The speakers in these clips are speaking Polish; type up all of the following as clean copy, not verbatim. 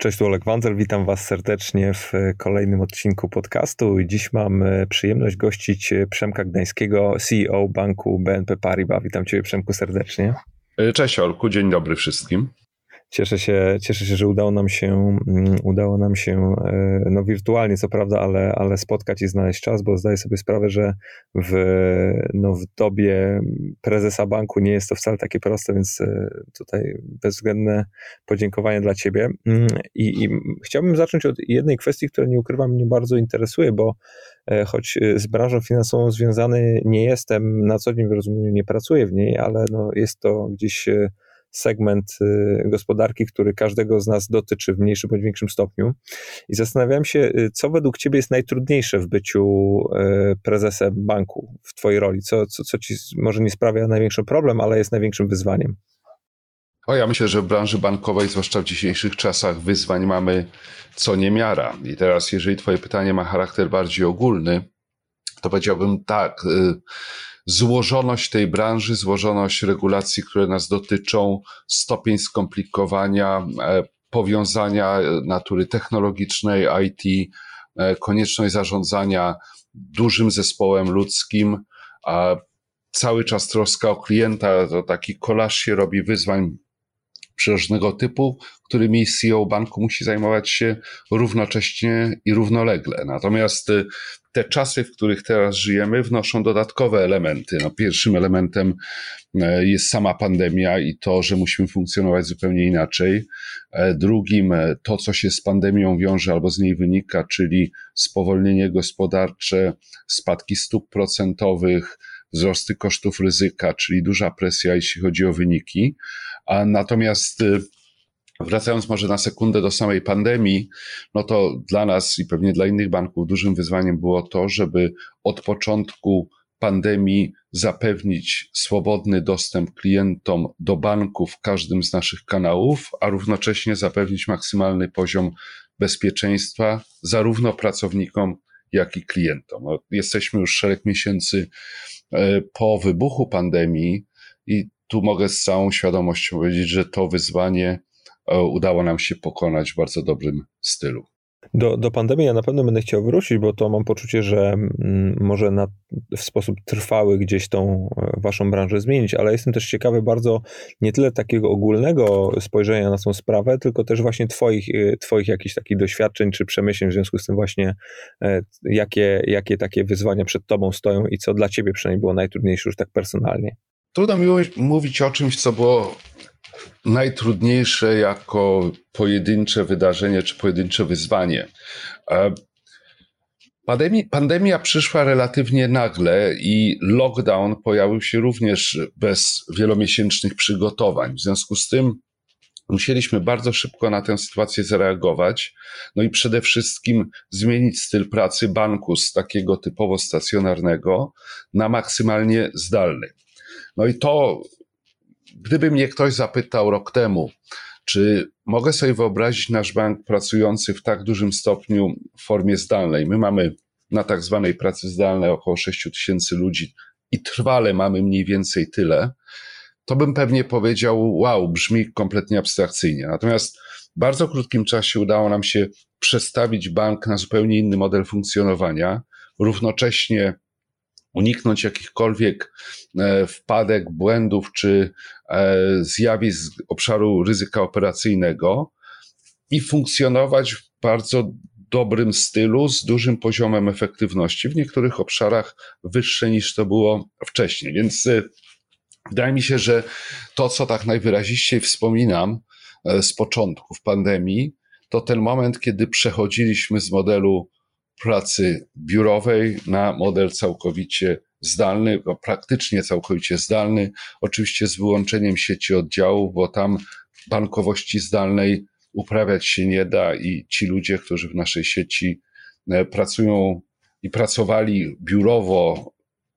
Cześć, tu Oleg Wanzer, witam Was serdecznie w kolejnym odcinku podcastu. Dziś mam przyjemność gościć Przemka Gdańskiego, CEO banku BNP Paribas. Witam Ciebie, Przemku, serdecznie. Cześć Olku, dzień dobry wszystkim. Cieszę się, że udało nam się no wirtualnie co prawda, ale spotkać i znaleźć czas, bo zdaję sobie sprawę, że w dobie prezesa banku nie jest to wcale takie proste, więc tutaj bezwzględne podziękowanie dla Ciebie. I chciałbym zacząć od jednej kwestii, która, nie ukrywam, mnie bardzo interesuje, bo choć z branżą finansową związany nie jestem, na co dzień w rozumieniu nie pracuję w niej, ale no jest to gdzieś segment gospodarki, który każdego z nas dotyczy w mniejszym bądź większym stopniu. I zastanawiałem się, co według Ciebie jest najtrudniejsze w byciu prezesem banku, w Twojej roli? Co Ci może nie sprawia największy problem, ale jest największym wyzwaniem? Ja myślę, że w branży bankowej, zwłaszcza w dzisiejszych czasach, wyzwań mamy co niemiara. I teraz, jeżeli Twoje pytanie ma charakter bardziej ogólny, to powiedziałbym tak, złożoność tej branży, złożoność regulacji, które nas dotyczą, stopień skomplikowania, powiązania natury technologicznej, IT, konieczność zarządzania dużym zespołem ludzkim, a cały czas troska o klienta, to taki kolaż się robi wyzwań przeróżnego typu, którymi CEO banku musi zajmować się równocześnie i równolegle. Natomiast te czasy, w których teraz żyjemy, wnoszą dodatkowe elementy. Pierwszym elementem jest sama pandemia i to, że musimy funkcjonować zupełnie inaczej. Drugim to, co się z pandemią wiąże albo z niej wynika, czyli spowolnienie gospodarcze, spadki stóp procentowych, wzrosty kosztów ryzyka, czyli duża presja, jeśli chodzi o wyniki. Natomiast wracając może na sekundę do samej pandemii, no to dla nas i pewnie dla innych banków dużym wyzwaniem było to, żeby od początku pandemii zapewnić swobodny dostęp klientom do banku w każdym z naszych kanałów, a równocześnie zapewnić maksymalny poziom bezpieczeństwa zarówno pracownikom, jak i klientom. Jesteśmy już szereg miesięcy po wybuchu pandemii i tu mogę z całą świadomością powiedzieć, że to wyzwanie udało nam się pokonać w bardzo dobrym stylu. Do pandemii ja na pewno będę chciał wrócić, bo to mam poczucie, że może w sposób trwały gdzieś tą waszą branżę zmienić, ale jestem też ciekawy bardzo nie tyle takiego ogólnego spojrzenia na tą sprawę, tylko też właśnie twoich jakichś takich doświadczeń czy przemyśleń w związku z tym właśnie, jakie takie wyzwania przed tobą stoją i co dla ciebie przynajmniej było najtrudniejsze już tak personalnie. Trudno mi mówić o czymś, co było najtrudniejsze jako pojedyncze wydarzenie czy pojedyncze wyzwanie. Pandemia przyszła relatywnie nagle i lockdown pojawił się również bez wielomiesięcznych przygotowań. W związku z tym musieliśmy bardzo szybko na tę sytuację zareagować, no i przede wszystkim zmienić styl pracy banku z takiego typowo stacjonarnego na maksymalnie zdalny. No i to, gdyby mnie ktoś zapytał rok temu, czy mogę sobie wyobrazić nasz bank pracujący w tak dużym stopniu w formie zdalnej. My mamy na tak zwanej pracy zdalnej około 6 000 ludzi i trwale mamy mniej więcej tyle, to bym pewnie powiedział, wow, brzmi kompletnie abstrakcyjnie. Natomiast w bardzo krótkim czasie udało nam się przestawić bank na zupełnie inny model funkcjonowania, równocześnie uniknąć jakichkolwiek wpadek, błędów czy zjawisk z obszaru ryzyka operacyjnego i funkcjonować w bardzo dobrym stylu z dużym poziomem efektywności, w niektórych obszarach wyższe niż to było wcześniej. Więc wydaje mi się, że to, co tak najwyraziściej wspominam z początków pandemii, to ten moment, kiedy przechodziliśmy z modelu pracy biurowej na model całkowicie zdalny, praktycznie całkowicie zdalny, oczywiście z wyłączeniem sieci oddziałów, bo tam bankowości zdalnej uprawiać się nie da i ci ludzie, którzy w naszej sieci pracują i pracowali biurowo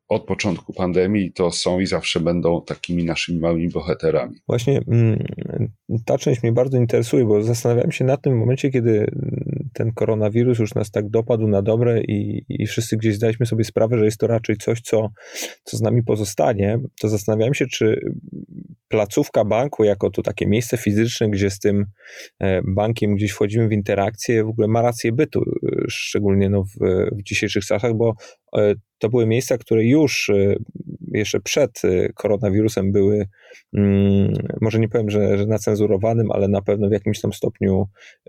od początku pandemii, to są i zawsze będą takimi naszymi małymi bohaterami. Właśnie ta część mnie bardzo interesuje, bo zastanawiałem się nad tym w momencie, kiedy ten koronawirus już nas tak dopadł na dobre i wszyscy gdzieś zdaliśmy sobie sprawę, że jest to raczej coś, co z nami pozostanie, to zastanawiałem się, czy placówka banku jako to takie miejsce fizyczne, gdzie z tym bankiem gdzieś wchodzimy w interakcję, w ogóle ma rację bytu, szczególnie w dzisiejszych czasach, bo to były miejsca, które już jeszcze przed koronawirusem były, może nie powiem, że nacenzurowanym, ale na pewno w jakimś tam stopniu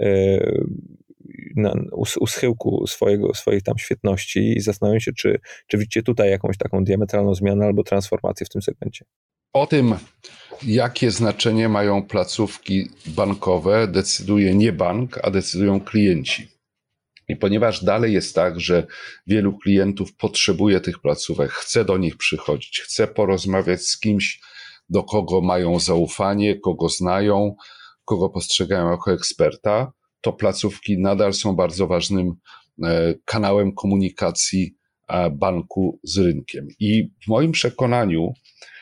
u schyłku swojej tam świetności i zastanawiam się, czy widzicie tutaj jakąś taką diametralną zmianę albo transformację w tym segmencie. O tym, jakie znaczenie mają placówki bankowe, decyduje nie bank, a decydują klienci. I ponieważ dalej jest tak, że wielu klientów potrzebuje tych placówek, chce do nich przychodzić, chce porozmawiać z kimś, do kogo mają zaufanie, kogo znają, kogo postrzegają jako eksperta, to placówki nadal są bardzo ważnym kanałem komunikacji banku z rynkiem. I w moim przekonaniu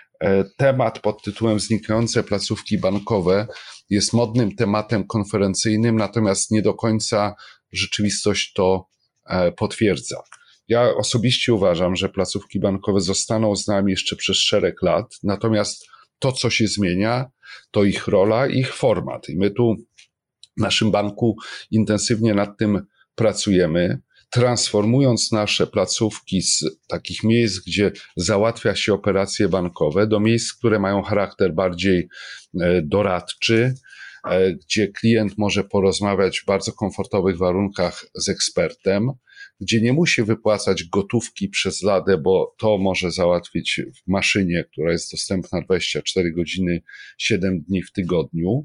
temat pod tytułem znikające placówki bankowe jest modnym tematem konferencyjnym, natomiast nie do końca rzeczywistość to potwierdza. Ja osobiście uważam, że placówki bankowe zostaną z nami jeszcze przez szereg lat, natomiast to, co się zmienia, to ich rola i ich format. I my tu w naszym banku intensywnie nad tym pracujemy, transformując nasze placówki z takich miejsc, gdzie załatwia się operacje bankowe, do miejsc, które mają charakter bardziej doradczy, gdzie klient może porozmawiać w bardzo komfortowych warunkach z ekspertem, gdzie nie musi wypłacać gotówki przez ladę, bo to może załatwić w maszynie, która jest dostępna 24 godziny, 7 dni w tygodniu.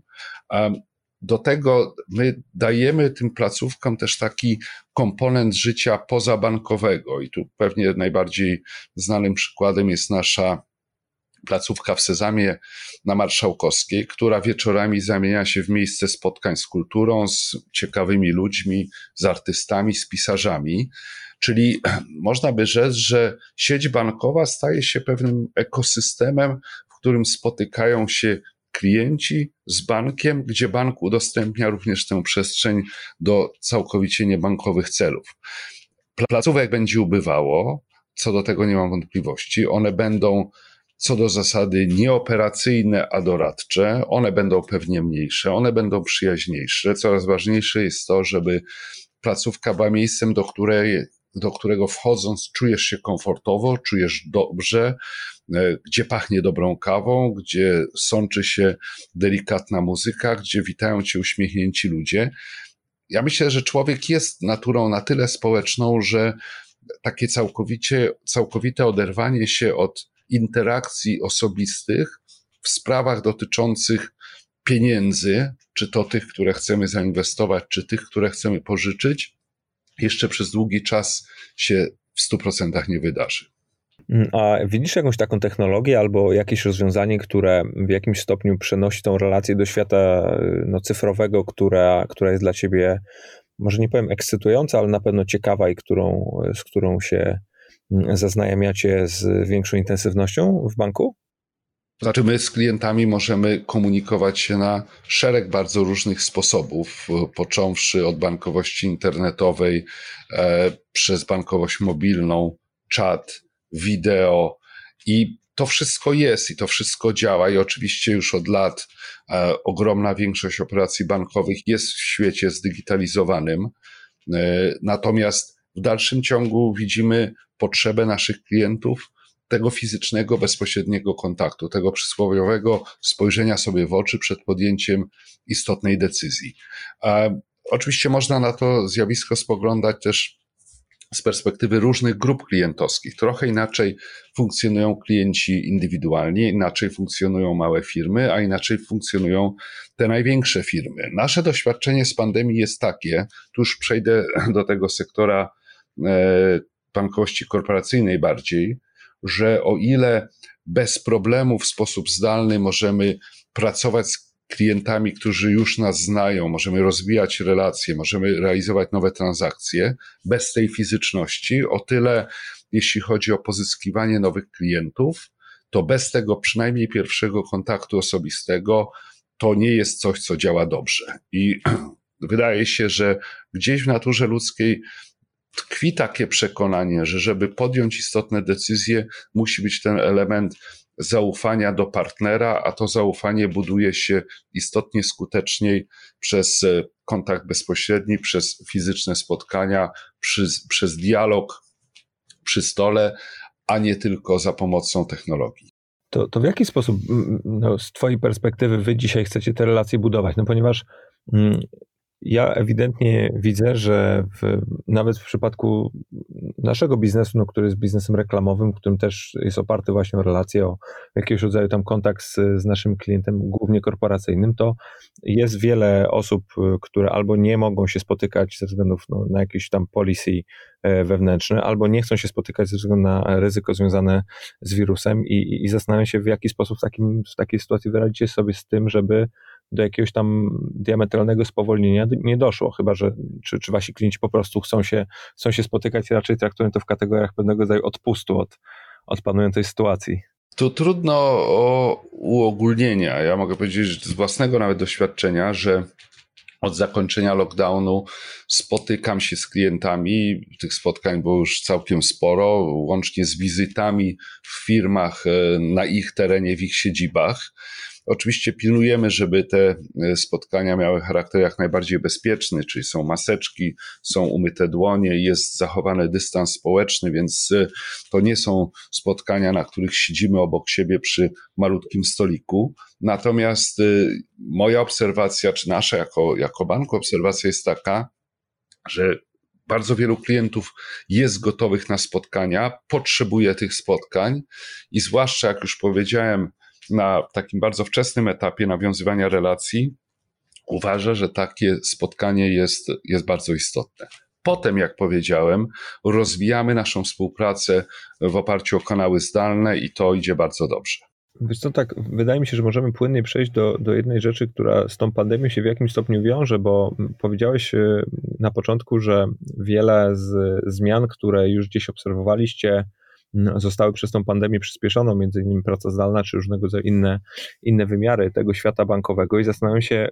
Do tego my dajemy tym placówkom też taki komponent życia pozabankowego i tu pewnie najbardziej znanym przykładem jest nasza placówka w Sezamie na Marszałkowskiej, która wieczorami zamienia się w miejsce spotkań z kulturą, z ciekawymi ludźmi, z artystami, z pisarzami. Czyli można by rzec, że sieć bankowa staje się pewnym ekosystemem, w którym spotykają się klienci z bankiem, gdzie bank udostępnia również tę przestrzeń do całkowicie niebankowych celów. Placówek będzie ubywało, co do tego nie mam wątpliwości. One będą co do zasady nieoperacyjne, a doradcze. One będą pewnie mniejsze, one będą przyjaźniejsze. Coraz ważniejsze jest to, żeby placówka była miejscem, do którego wchodząc czujesz się komfortowo, czujesz dobrze, gdzie pachnie dobrą kawą, gdzie sączy się delikatna muzyka, gdzie witają cię uśmiechnięci ludzie. Ja myślę, że człowiek jest naturą na tyle społeczną, że takie całkowite oderwanie się od interakcji osobistych w sprawach dotyczących pieniędzy, czy to tych, które chcemy zainwestować, czy tych, które chcemy pożyczyć, jeszcze przez długi czas się w 100% nie wydarzy. A widzisz jakąś taką technologię albo jakieś rozwiązanie, które w jakimś stopniu przenosi tą relację do świata cyfrowego, która jest dla ciebie, może nie powiem ekscytująca, ale na pewno ciekawa i z którą się zaznajamiacie z większą intensywnością w banku? Znaczy my z klientami możemy komunikować się na szereg bardzo różnych sposobów, począwszy od bankowości internetowej, przez bankowość mobilną, czat, wideo i to wszystko jest i to wszystko działa i oczywiście już od lat ogromna większość operacji bankowych jest w świecie zdigitalizowanym, natomiast w dalszym ciągu widzimy potrzebę naszych klientów tego fizycznego, bezpośredniego kontaktu, tego przysłowiowego spojrzenia sobie w oczy przed podjęciem istotnej decyzji. Oczywiście można na to zjawisko spoglądać też z perspektywy różnych grup klientowskich. Trochę inaczej funkcjonują klienci indywidualnie, inaczej funkcjonują małe firmy, a inaczej funkcjonują te największe firmy. Nasze doświadczenie z pandemii jest takie, tu już przejdę do tego sektora bankowości korporacyjnej bardziej, że o ile bez problemu w sposób zdalny możemy pracować z klientami, którzy już nas znają, możemy rozwijać relacje, możemy realizować nowe transakcje bez tej fizyczności, o tyle jeśli chodzi o pozyskiwanie nowych klientów, to bez tego przynajmniej pierwszego kontaktu osobistego to nie jest coś, co działa dobrze. I wydaje się, że gdzieś w naturze ludzkiej tkwi takie przekonanie, że żeby podjąć istotne decyzje, musi być ten element zaufania do partnera, a to zaufanie buduje się istotnie skuteczniej przez kontakt bezpośredni, przez fizyczne spotkania, przez dialog przy stole, a nie tylko za pomocą technologii. To w jaki sposób, z twojej perspektywy, wy dzisiaj chcecie te relacje budować? No ponieważ ja ewidentnie widzę, że nawet w przypadku naszego biznesu, który jest biznesem reklamowym, którym też jest oparty właśnie o relacje, o jakiegoś rodzaju tam kontakt z naszym klientem, głównie korporacyjnym, to jest wiele osób, które albo nie mogą się spotykać ze względów na jakieś tam policy wewnętrzne, albo nie chcą się spotykać ze względu na ryzyko związane z wirusem i zastanawiam się, w jaki sposób w takiej sytuacji wyradzicie sobie z tym, żeby do jakiegoś tam diametralnego spowolnienia nie doszło, chyba że czy wasi klienci po prostu chcą się spotykać i raczej traktują to w kategoriach pewnego rodzaju odpustu od panującej sytuacji. Tu trudno o uogólnienia. Ja mogę powiedzieć z własnego nawet doświadczenia, że od zakończenia lockdownu spotykam się z klientami. Tych spotkań było już całkiem sporo, łącznie z wizytami w firmach na ich terenie, w ich siedzibach. Oczywiście pilnujemy, żeby te spotkania miały charakter jak najbardziej bezpieczny, czyli są maseczki, są umyte dłonie, jest zachowany dystans społeczny, więc to nie są spotkania, na których siedzimy obok siebie przy malutkim stoliku. Natomiast moja obserwacja, czy nasza jako banku obserwacja jest taka, że bardzo wielu klientów jest gotowych na spotkania, potrzebuje tych spotkań i zwłaszcza, jak już powiedziałem, na takim bardzo wczesnym etapie nawiązywania relacji uważa, że takie spotkanie jest bardzo istotne. Potem, jak powiedziałem, rozwijamy naszą współpracę w oparciu o kanały zdalne i to idzie bardzo dobrze. Wiesz co, tak, wydaje mi się, że możemy płynnie przejść do jednej rzeczy, która z tą pandemią się w jakimś stopniu wiąże, bo powiedziałeś na początku, że wiele z zmian, które już gdzieś obserwowaliście, zostały przez tą pandemię przyspieszone, między innymi praca zdalna, czy różnego rodzaju inne wymiary tego świata bankowego i zastanawiam się,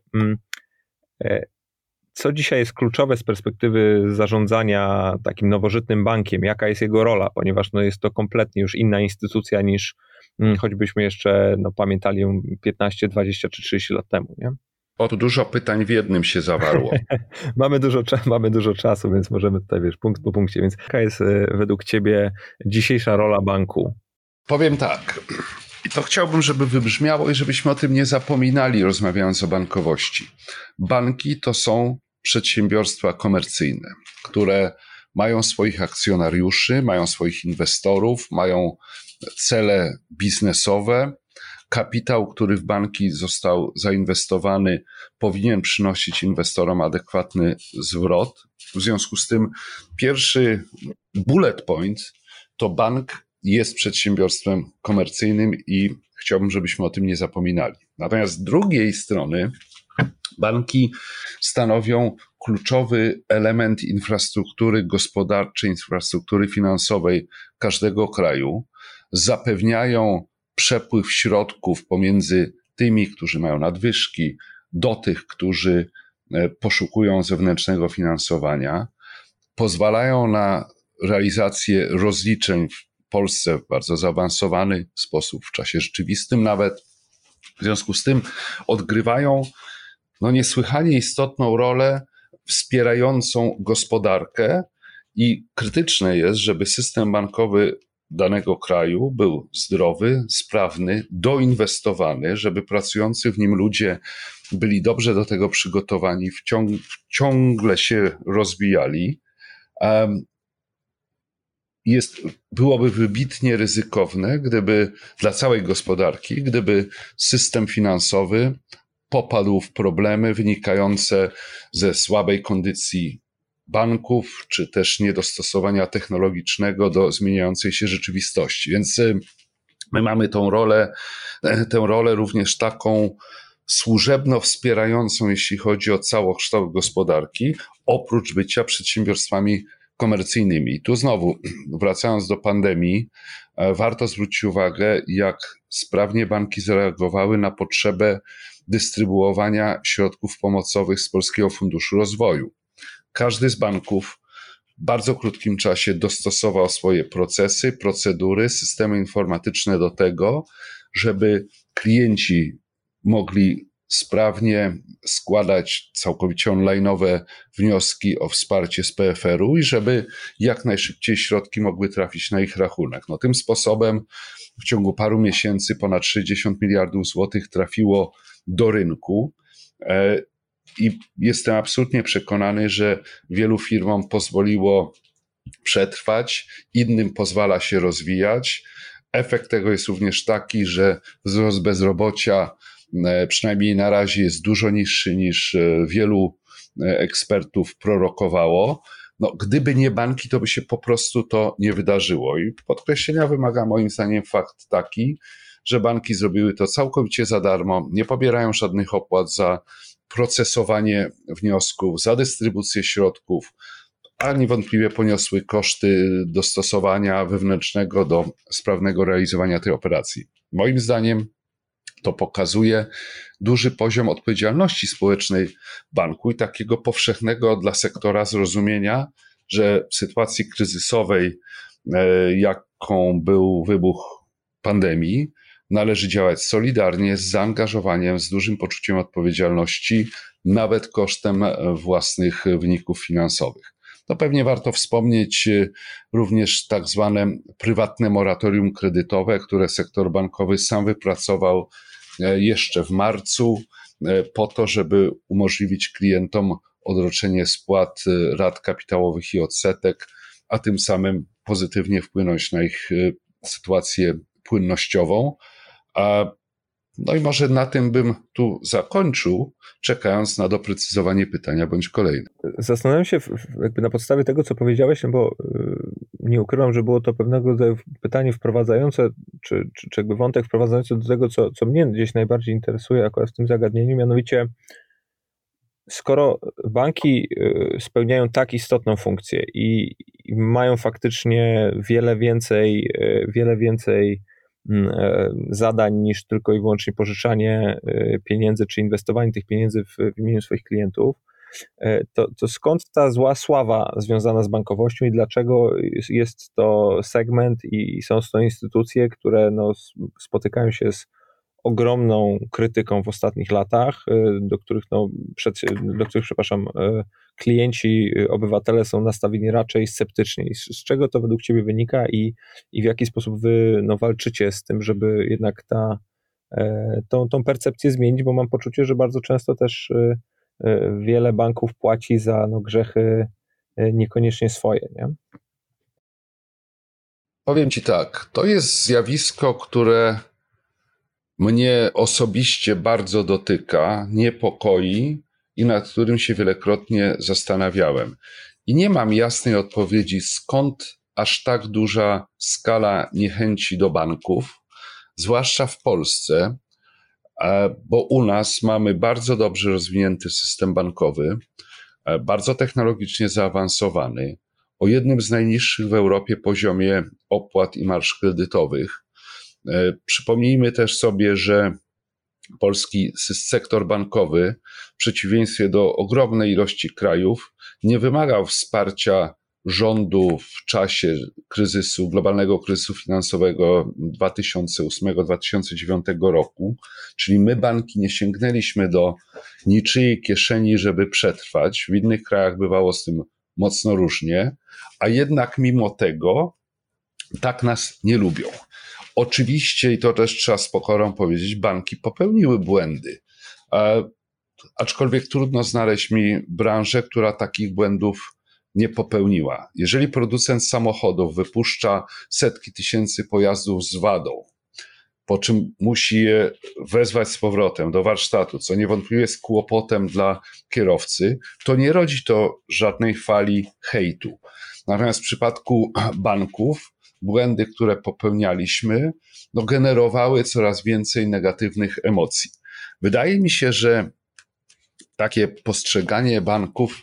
co dzisiaj jest kluczowe z perspektywy zarządzania takim nowożytnym bankiem, jaka jest jego rola, ponieważ jest to kompletnie już inna instytucja niż choćbyśmy jeszcze pamiętali ją 15, 20 czy 30 lat temu, nie? Tu dużo pytań w jednym się zawarło. Mamy dużo czasu, więc możemy tutaj, punkt po punkcie. Więc jaka jest według ciebie dzisiejsza rola banku? Powiem tak. I to chciałbym, żeby wybrzmiało i żebyśmy o tym nie zapominali, rozmawiając o bankowości. Banki to są przedsiębiorstwa komercyjne, które mają swoich akcjonariuszy, mają swoich inwestorów, mają cele biznesowe. Kapitał, który w banki został zainwestowany, powinien przynosić inwestorom adekwatny zwrot. W związku z tym pierwszy bullet point to bank jest przedsiębiorstwem komercyjnym i chciałbym, żebyśmy o tym nie zapominali. Natomiast z drugiej strony banki stanowią kluczowy element infrastruktury gospodarczej, infrastruktury finansowej każdego kraju, zapewniają przepływ środków pomiędzy tymi, którzy mają nadwyżki, do tych, którzy poszukują zewnętrznego finansowania, pozwalają na realizację rozliczeń w Polsce w bardzo zaawansowany sposób, w czasie rzeczywistym nawet. W związku z tym odgrywają niesłychanie istotną rolę wspierającą gospodarkę i krytyczne jest, żeby system bankowy danego kraju był zdrowy, sprawny, doinwestowany, żeby pracujący w nim ludzie byli dobrze do tego przygotowani, ciągle się rozwijali. Byłoby wybitnie ryzykowne, gdyby dla całej gospodarki, gdyby system finansowy popadł w problemy wynikające ze słabej kondycji banków, czy też niedostosowania technologicznego do zmieniającej się rzeczywistości. Więc my mamy tę rolę również taką służebno wspierającą, jeśli chodzi o całokształt gospodarki, oprócz bycia przedsiębiorstwami komercyjnymi. I tu znowu, wracając do pandemii, warto zwrócić uwagę, jak sprawnie banki zareagowały na potrzebę dystrybuowania środków pomocowych z Polskiego Funduszu Rozwoju. Każdy z banków w bardzo krótkim czasie dostosował swoje procesy, procedury, systemy informatyczne do tego, żeby klienci mogli sprawnie składać całkowicie online'owe wnioski o wsparcie z PFR-u i żeby jak najszybciej środki mogły trafić na ich rachunek. No, tym sposobem w ciągu paru miesięcy ponad 60 miliardów złotych trafiło do rynku i jestem absolutnie przekonany, że wielu firmom pozwoliło przetrwać, innym pozwala się rozwijać. Efekt tego jest również taki, że wzrost bezrobocia przynajmniej na razie jest dużo niższy niż wielu ekspertów prorokowało. No, gdyby nie banki, to by się po prostu to nie wydarzyło. I podkreślenia wymaga moim zdaniem fakt taki, że banki zrobiły to całkowicie za darmo, nie pobierają żadnych opłat za procesowanie wniosków, za dystrybucję środków, a niewątpliwie poniosły koszty dostosowania wewnętrznego do sprawnego realizowania tej operacji. Moim zdaniem to pokazuje duży poziom odpowiedzialności społecznej banku i takiego powszechnego dla sektora zrozumienia, że w sytuacji kryzysowej, jaką był wybuch pandemii, należy działać solidarnie, z zaangażowaniem, z dużym poczuciem odpowiedzialności, nawet kosztem własnych wyników finansowych. To pewnie warto wspomnieć również tak zwane prywatne moratorium kredytowe, które sektor bankowy sam wypracował jeszcze w marcu po to, żeby umożliwić klientom odroczenie spłat rat kapitałowych i odsetek, a tym samym pozytywnie wpłynąć na ich sytuację płynnościową. No i może na tym bym tu zakończył, czekając na doprecyzowanie pytania bądź kolejne. Zastanawiam się jakby na podstawie tego, co powiedziałeś, no bo nie ukrywam, że było to pewnego rodzaju pytanie wprowadzające, czy jakby wątek wprowadzający do tego, co mnie gdzieś najbardziej interesuje akurat w tym zagadnieniu, mianowicie skoro banki spełniają tak istotną funkcję i mają faktycznie wiele więcej zadań niż tylko i wyłącznie pożyczanie pieniędzy czy inwestowanie tych pieniędzy w imieniu swoich klientów, to skąd ta zła sława związana z bankowością i dlaczego jest to segment i są to instytucje, które no, spotykają się z ogromną krytyką w ostatnich latach, do których klienci, obywatele są nastawieni raczej sceptycznie. Z czego to według Ciebie wynika i w jaki sposób Wy walczycie z tym, żeby jednak tą percepcję zmienić, bo mam poczucie, że bardzo często też wiele banków płaci za grzechy niekoniecznie swoje, nie? Powiem Ci tak, to jest zjawisko, które mnie osobiście bardzo dotyka, niepokoi i nad którym się wielokrotnie zastanawiałem. I nie mam jasnej odpowiedzi, skąd aż tak duża skala niechęci do banków, zwłaszcza w Polsce, bo u nas mamy bardzo dobrze rozwinięty system bankowy, bardzo technologicznie zaawansowany, o jednym z najniższych w Europie poziomie opłat i marż kredytowych. Przypomnijmy też sobie, że polski sektor bankowy, w przeciwieństwie do ogromnej ilości krajów, nie wymagał wsparcia rządu w czasie globalnego kryzysu finansowego 2008-2009 roku, czyli my banki nie sięgnęliśmy do niczyjej kieszeni, żeby przetrwać. W innych krajach bywało z tym mocno różnie, a jednak mimo tego tak nas nie lubią. Oczywiście, i to też trzeba z pokorą powiedzieć, banki popełniły błędy, aczkolwiek trudno znaleźć mi branżę, która takich błędów nie popełniła. Jeżeli producent samochodów wypuszcza setki tysięcy pojazdów z wadą, po czym musi je wezwać z powrotem do warsztatu, co niewątpliwie jest kłopotem dla kierowcy, to nie rodzi to żadnej fali hejtu. Natomiast w przypadku banków błędy, które popełnialiśmy, generowały coraz więcej negatywnych emocji. Wydaje mi się, że takie postrzeganie banków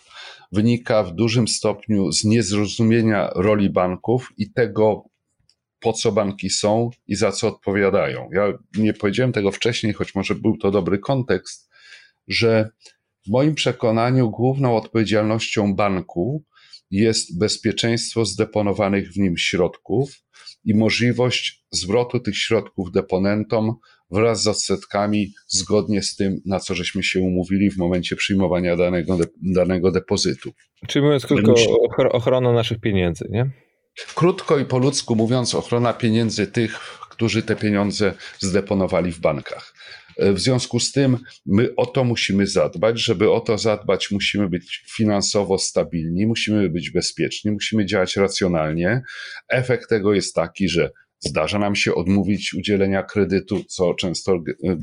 wynika w dużym stopniu z niezrozumienia roli banków i tego, po co banki są i za co odpowiadają. Ja nie powiedziałem tego wcześniej, choć może był to dobry kontekst, że w moim przekonaniu główną odpowiedzialnością banku jest bezpieczeństwo zdeponowanych w nim środków i możliwość zwrotu tych środków deponentom wraz z odsetkami zgodnie z tym, na co żeśmy się umówili w momencie przyjmowania danego depozytu. Czyli mówiąc krótko, ochrona naszych pieniędzy, nie? Krótko i po ludzku mówiąc, ochrona pieniędzy tych, którzy te pieniądze zdeponowali w bankach. W związku z tym my o to musimy zadbać. Żeby o to zadbać, musimy być finansowo stabilni, musimy być bezpieczni, musimy działać racjonalnie. Efekt tego jest taki, że zdarza nam się odmówić udzielenia kredytu, co często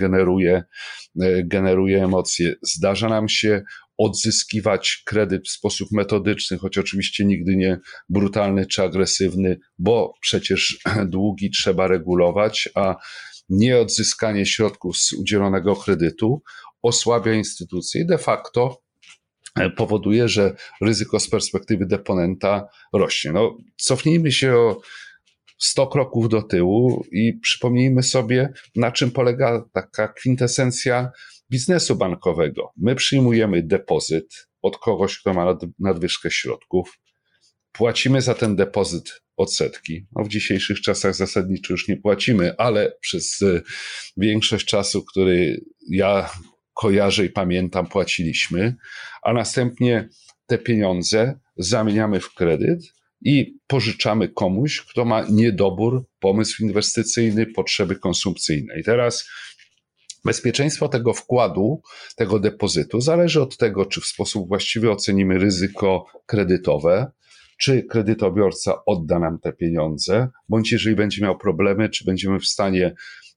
generuje emocje. Zdarza nam się odzyskiwać kredyt w sposób metodyczny, choć oczywiście nigdy nie brutalny czy agresywny, bo przecież długi trzeba regulować, a nieodzyskanie środków z udzielonego kredytu osłabia instytucje i de facto powoduje, że ryzyko z perspektywy deponenta rośnie. No, cofnijmy się o 100 kroków do tyłu i przypomnijmy sobie, na czym polega taka kwintesencja biznesu bankowego. My przyjmujemy depozyt od kogoś, kto ma nadwyżkę środków, płacimy za ten depozyt odsetki. No w dzisiejszych czasach zasadniczo już nie płacimy, ale przez większość czasu, który ja kojarzę i pamiętam, płaciliśmy, a następnie te pieniądze zamieniamy w kredyt i pożyczamy komuś, kto ma niedobór, pomysł inwestycyjny, potrzeby konsumpcyjne. I teraz bezpieczeństwo tego wkładu, tego depozytu zależy od tego, czy w sposób właściwy ocenimy ryzyko kredytowe, czy kredytobiorca odda nam te pieniądze, bądź jeżeli będzie miał problemy, czy będziemy w stanie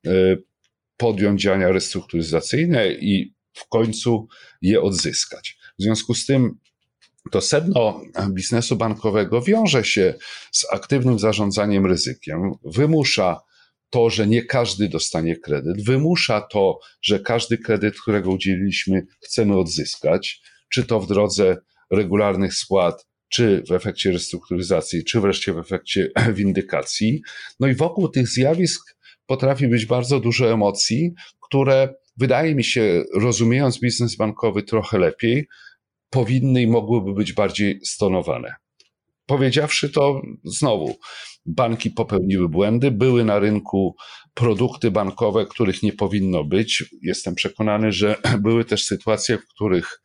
podjąć działania restrukturyzacyjne i w końcu je odzyskać. W związku z tym to sedno biznesu bankowego wiąże się z aktywnym zarządzaniem ryzykiem, wymusza to, że nie każdy dostanie kredyt, wymusza to, że każdy kredyt, którego udzieliliśmy, chcemy odzyskać, czy to w drodze regularnych spłat, czy w efekcie restrukturyzacji, czy wreszcie w efekcie windykacji. No i wokół tych zjawisk potrafi być bardzo dużo emocji, które wydaje mi się, rozumiejąc biznes bankowy trochę lepiej, powinny i mogłyby być bardziej stonowane. Powiedziawszy to znowu, banki popełniły błędy, były na rynku produkty bankowe, których nie powinno być. Jestem przekonany, że były też sytuacje, w których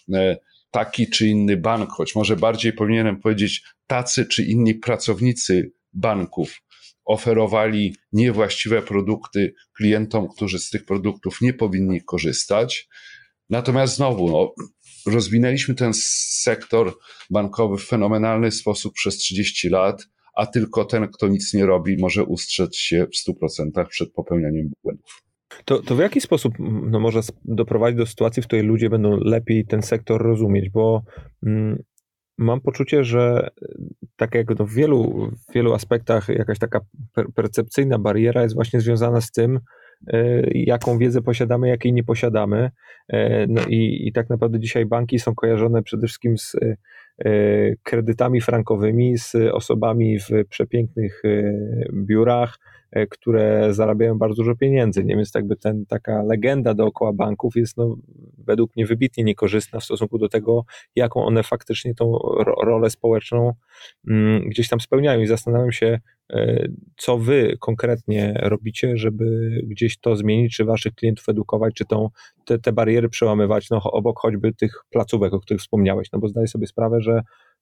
taki czy inny bank, choć może bardziej powinienem powiedzieć tacy czy inni pracownicy banków oferowali niewłaściwe produkty klientom, którzy z tych produktów nie powinni korzystać. Natomiast znowu, rozwinęliśmy ten sektor bankowy w fenomenalny sposób przez 30 lat, a tylko ten, kto nic nie robi, może ustrzec się w 100% przed popełnianiem błędów. To w jaki sposób może doprowadzić do sytuacji, w której ludzie będą lepiej ten sektor rozumieć? Bo mam poczucie, że tak jak w wielu aspektach jakaś taka percepcyjna bariera jest właśnie związana z tym, jaką wiedzę posiadamy, jakiej nie posiadamy. No i tak naprawdę dzisiaj banki są kojarzone przede wszystkim z kredytami frankowymi, z osobami w przepięknych biurach, które zarabiają bardzo dużo pieniędzy. Nie? Więc taka legenda dookoła banków jest według mnie wybitnie niekorzystna w stosunku do tego, jaką one faktycznie tą rolę społeczną gdzieś tam spełniają. I zastanawiam się, co wy konkretnie robicie, żeby gdzieś to zmienić, czy waszych klientów edukować, czy te bariery przełamywać, obok choćby tych placówek, o których wspomniałeś, bo zdaję sobie sprawę, że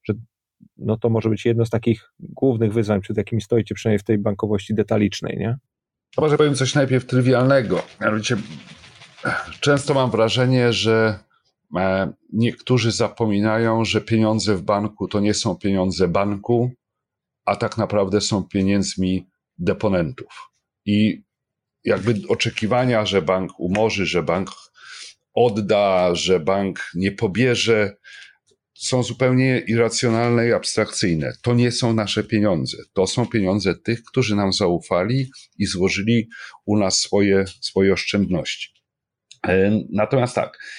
to może być jedno z takich głównych wyzwań, przed jakimi stoicie, przynajmniej w tej bankowości detalicznej, nie? A może powiem coś najpierw trywialnego. Mianowicie często mam wrażenie, że niektórzy zapominają, że pieniądze w banku to nie są pieniądze banku, a tak naprawdę są pieniędzmi deponentów. I jakby oczekiwania, że bank umorzy, że bank odda, że bank nie pobierze, są zupełnie irracjonalne i abstrakcyjne. To nie są nasze pieniądze. To są pieniądze tych, którzy nam zaufali i złożyli u nas swoje oszczędności. Natomiast tak,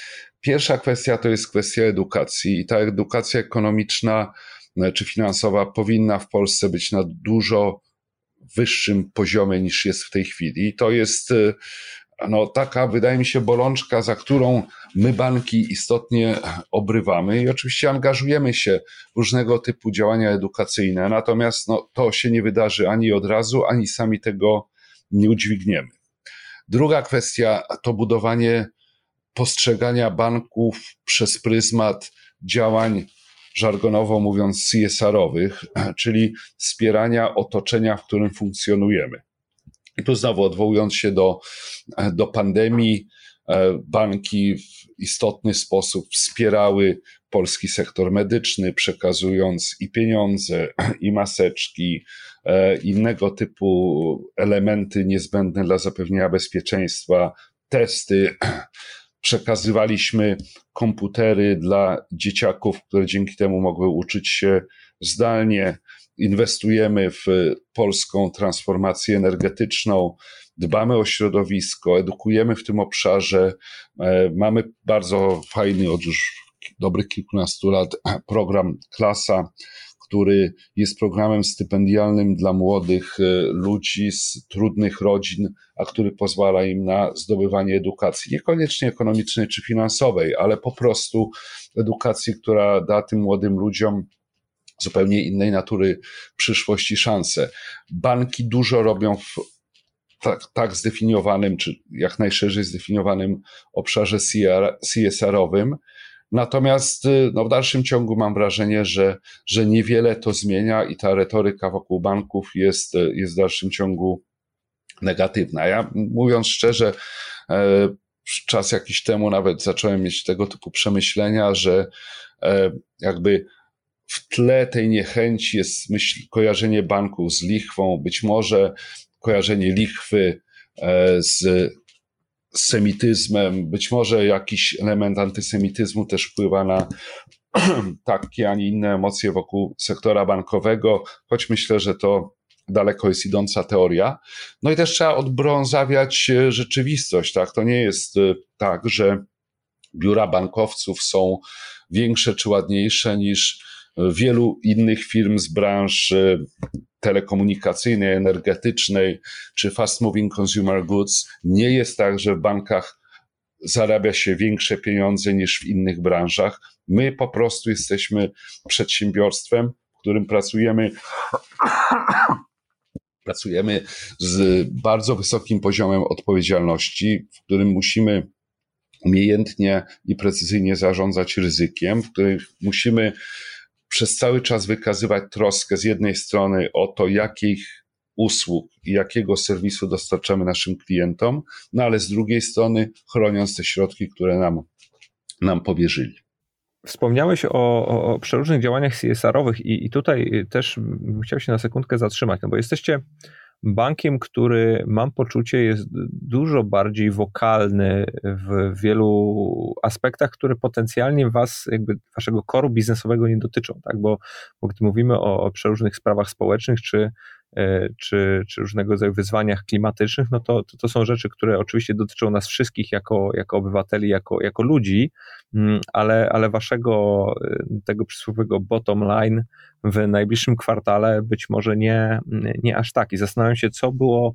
Pierwsza kwestia to jest kwestia edukacji i ta edukacja ekonomiczna czy finansowa powinna w Polsce być na dużo wyższym poziomie niż jest w tej chwili. I to jest taka, wydaje mi się, bolączka, za którą my banki istotnie obrywamy i oczywiście angażujemy się w różnego typu działania edukacyjne, natomiast to się nie wydarzy ani od razu, ani sami tego nie udźwigniemy. Druga kwestia to budowanie postrzegania banków przez pryzmat działań, żargonowo mówiąc, CSR-owych, czyli wspierania otoczenia, w którym funkcjonujemy. I tu znowu odwołując się do pandemii, banki w istotny sposób wspierały polski sektor medyczny, przekazując i pieniądze, i maseczki, innego typu elementy niezbędne dla zapewnienia bezpieczeństwa, testy. Przekazywaliśmy komputery dla dzieciaków, które dzięki temu mogły uczyć się zdalnie. Inwestujemy w polską transformację energetyczną, dbamy o środowisko, edukujemy w tym obszarze. Mamy bardzo fajny, od już dobrych kilkunastu lat, program Klasa, który jest programem stypendialnym dla młodych ludzi z trudnych rodzin, a który pozwala im na zdobywanie edukacji, niekoniecznie ekonomicznej czy finansowej, ale po prostu edukacji, która da tym młodym ludziom zupełnie innej natury przyszłość i szanse. Banki dużo robią w tak zdefiniowanym, czy jak najszerzej zdefiniowanym obszarze CSR-owym. Natomiast w dalszym ciągu mam wrażenie, że niewiele to zmienia i ta retoryka wokół banków jest w dalszym ciągu negatywna. Ja, mówiąc szczerze, czas jakiś temu nawet zacząłem mieć tego typu przemyślenia, że jakby w tle tej niechęci jest kojarzenie banków z lichwą, być może kojarzenie lichwy z semityzmem, być może jakiś element antysemityzmu też wpływa na takie, a nie inne emocje wokół sektora bankowego, choć myślę, że to daleko jest idąca teoria. No i też trzeba odbrązawiać rzeczywistość, tak? To nie jest tak, że biura bankowców są większe czy ładniejsze niż wielu innych firm z branż telekomunikacyjnej, energetycznej czy fast moving consumer goods. Nie jest tak, że w bankach zarabia się większe pieniądze niż w innych branżach. My po prostu jesteśmy przedsiębiorstwem, w którym pracujemy z bardzo wysokim poziomem odpowiedzialności, w którym musimy umiejętnie i precyzyjnie zarządzać ryzykiem, w którym musimy przez cały czas wykazywać troskę z jednej strony o to, jakich usług i jakiego serwisu dostarczamy naszym klientom, no ale z drugiej strony chroniąc te środki, które nam powierzyli. Wspomniałeś o przeróżnych działaniach CSR-owych i tutaj też chciał się na sekundkę zatrzymać, no bo jesteście bankiem, który, mam poczucie, jest dużo bardziej wokalny w wielu aspektach, które potencjalnie waszego koru biznesowego nie dotyczą, tak? Bo gdy mówimy o przeróżnych sprawach społecznych czy różnego rodzaju wyzwaniach klimatycznych, no to są rzeczy, które oczywiście dotyczą nas wszystkich jako obywateli, jako ludzi, ale waszego tego przysłowiowego bottom line w najbliższym kwartale być może nie aż tak. I zastanawiam się, co było,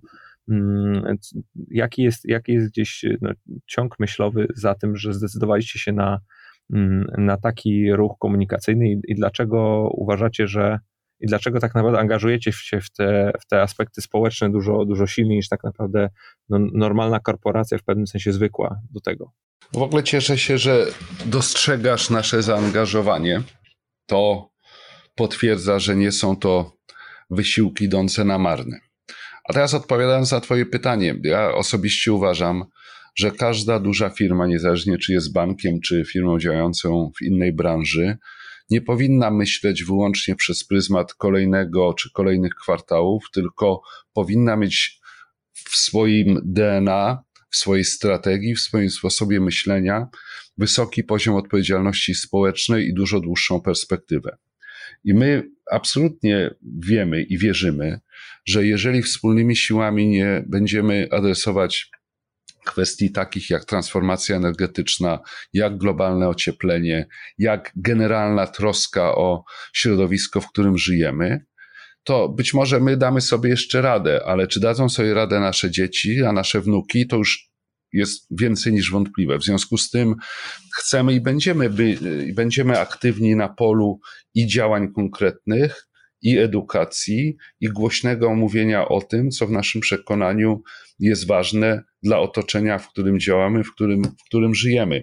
jaki jest gdzieś ciąg myślowy za tym, że zdecydowaliście się na taki ruch komunikacyjny i dlaczego uważacie, i dlaczego tak naprawdę angażujecie się w te aspekty społeczne dużo silniej niż tak naprawdę normalna korporacja, w pewnym sensie zwykła do tego? W ogóle cieszę się, że dostrzegasz nasze zaangażowanie. To potwierdza, że nie są to wysiłki idące na marne. A teraz odpowiadając na twoje pytanie, ja osobiście uważam, że każda duża firma, niezależnie czy jest bankiem, czy firmą działającą w innej branży, nie powinna myśleć wyłącznie przez pryzmat kolejnego czy kolejnych kwartałów, tylko powinna mieć w swoim DNA, w swojej strategii, w swoim sposobie myślenia wysoki poziom odpowiedzialności społecznej i dużo dłuższą perspektywę. I my absolutnie wiemy i wierzymy, że jeżeli wspólnymi siłami nie będziemy adresować kwestii takich jak transformacja energetyczna, jak globalne ocieplenie, jak generalna troska o środowisko, w którym żyjemy, to być może my damy sobie jeszcze radę, ale czy dadzą sobie radę nasze dzieci, a nasze wnuki, to już jest więcej niż wątpliwe. W związku z tym chcemy i będziemy aktywni na polu i działań konkretnych, i edukacji, i głośnego mówienia o tym, co w naszym przekonaniu jest ważne dla otoczenia, w którym działamy, w którym żyjemy.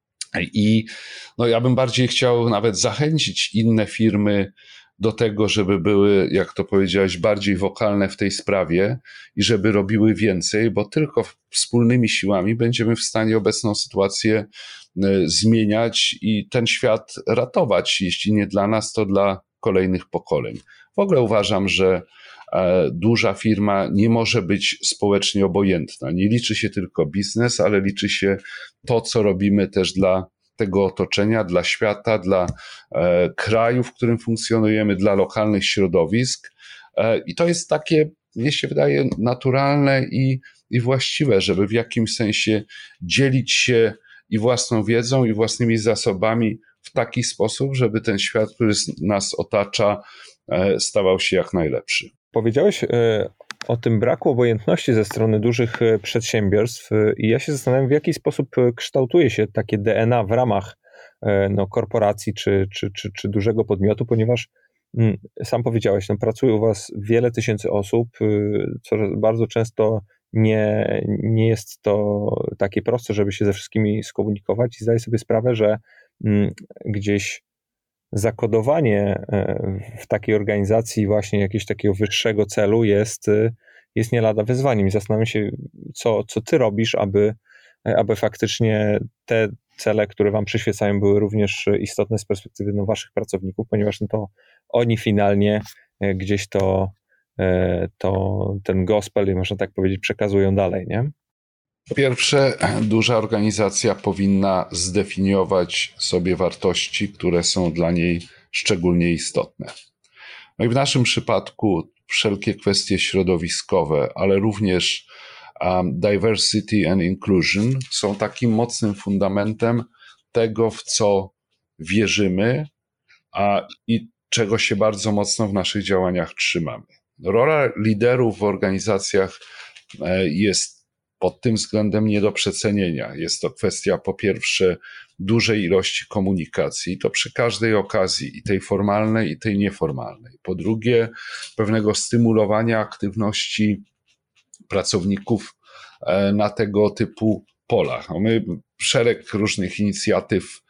I ja bym bardziej chciał nawet zachęcić inne firmy do tego, żeby były, jak to powiedziałeś, bardziej wokalne w tej sprawie i żeby robiły więcej, bo tylko wspólnymi siłami będziemy w stanie obecną sytuację zmieniać i ten świat ratować. Jeśli nie dla nas, to dla kolejnych pokoleń. W ogóle uważam, że duża firma nie może być społecznie obojętna. Nie liczy się tylko biznes, ale liczy się to, co robimy też dla tego otoczenia, dla świata, dla kraju, w którym funkcjonujemy, dla lokalnych środowisk. I to jest takie, mnie się wydaje, naturalne i właściwe, żeby w jakimś sensie dzielić się i własną wiedzą, i własnymi zasobami w taki sposób, żeby ten świat, który nas otacza, stawał się jak najlepszy. Powiedziałeś o tym braku obojętności ze strony dużych przedsiębiorstw i ja się zastanawiam, w jaki sposób kształtuje się takie DNA w ramach korporacji czy dużego podmiotu, ponieważ sam powiedziałeś, pracuje u was wiele tysięcy osób, co bardzo często nie jest to takie proste, żeby się ze wszystkimi skomunikować i zdaję sobie sprawę, że gdzieś zakodowanie w takiej organizacji właśnie jakiegoś takiego wyższego celu jest nie lada wyzwaniem. I zastanawiam się, co ty robisz, aby faktycznie te cele, które wam przyświecają, były również istotne z perspektywy waszych pracowników, ponieważ to oni finalnie gdzieś ten gospel, można tak powiedzieć, przekazują dalej, nie? Po pierwsze, duża organizacja powinna zdefiniować sobie wartości, które są dla niej szczególnie istotne. No i w naszym przypadku wszelkie kwestie środowiskowe, ale również diversity and inclusion są takim mocnym fundamentem tego, w co wierzymy i czego się bardzo mocno w naszych działaniach trzymamy. Rola liderów w organizacjach jest pod tym względem nie do przecenienia. Jest to kwestia po pierwsze dużej ilości komunikacji, to przy każdej okazji, i tej formalnej, i tej nieformalnej. Po drugie, pewnego stymulowania aktywności pracowników na tego typu polach. My szereg różnych inicjatyw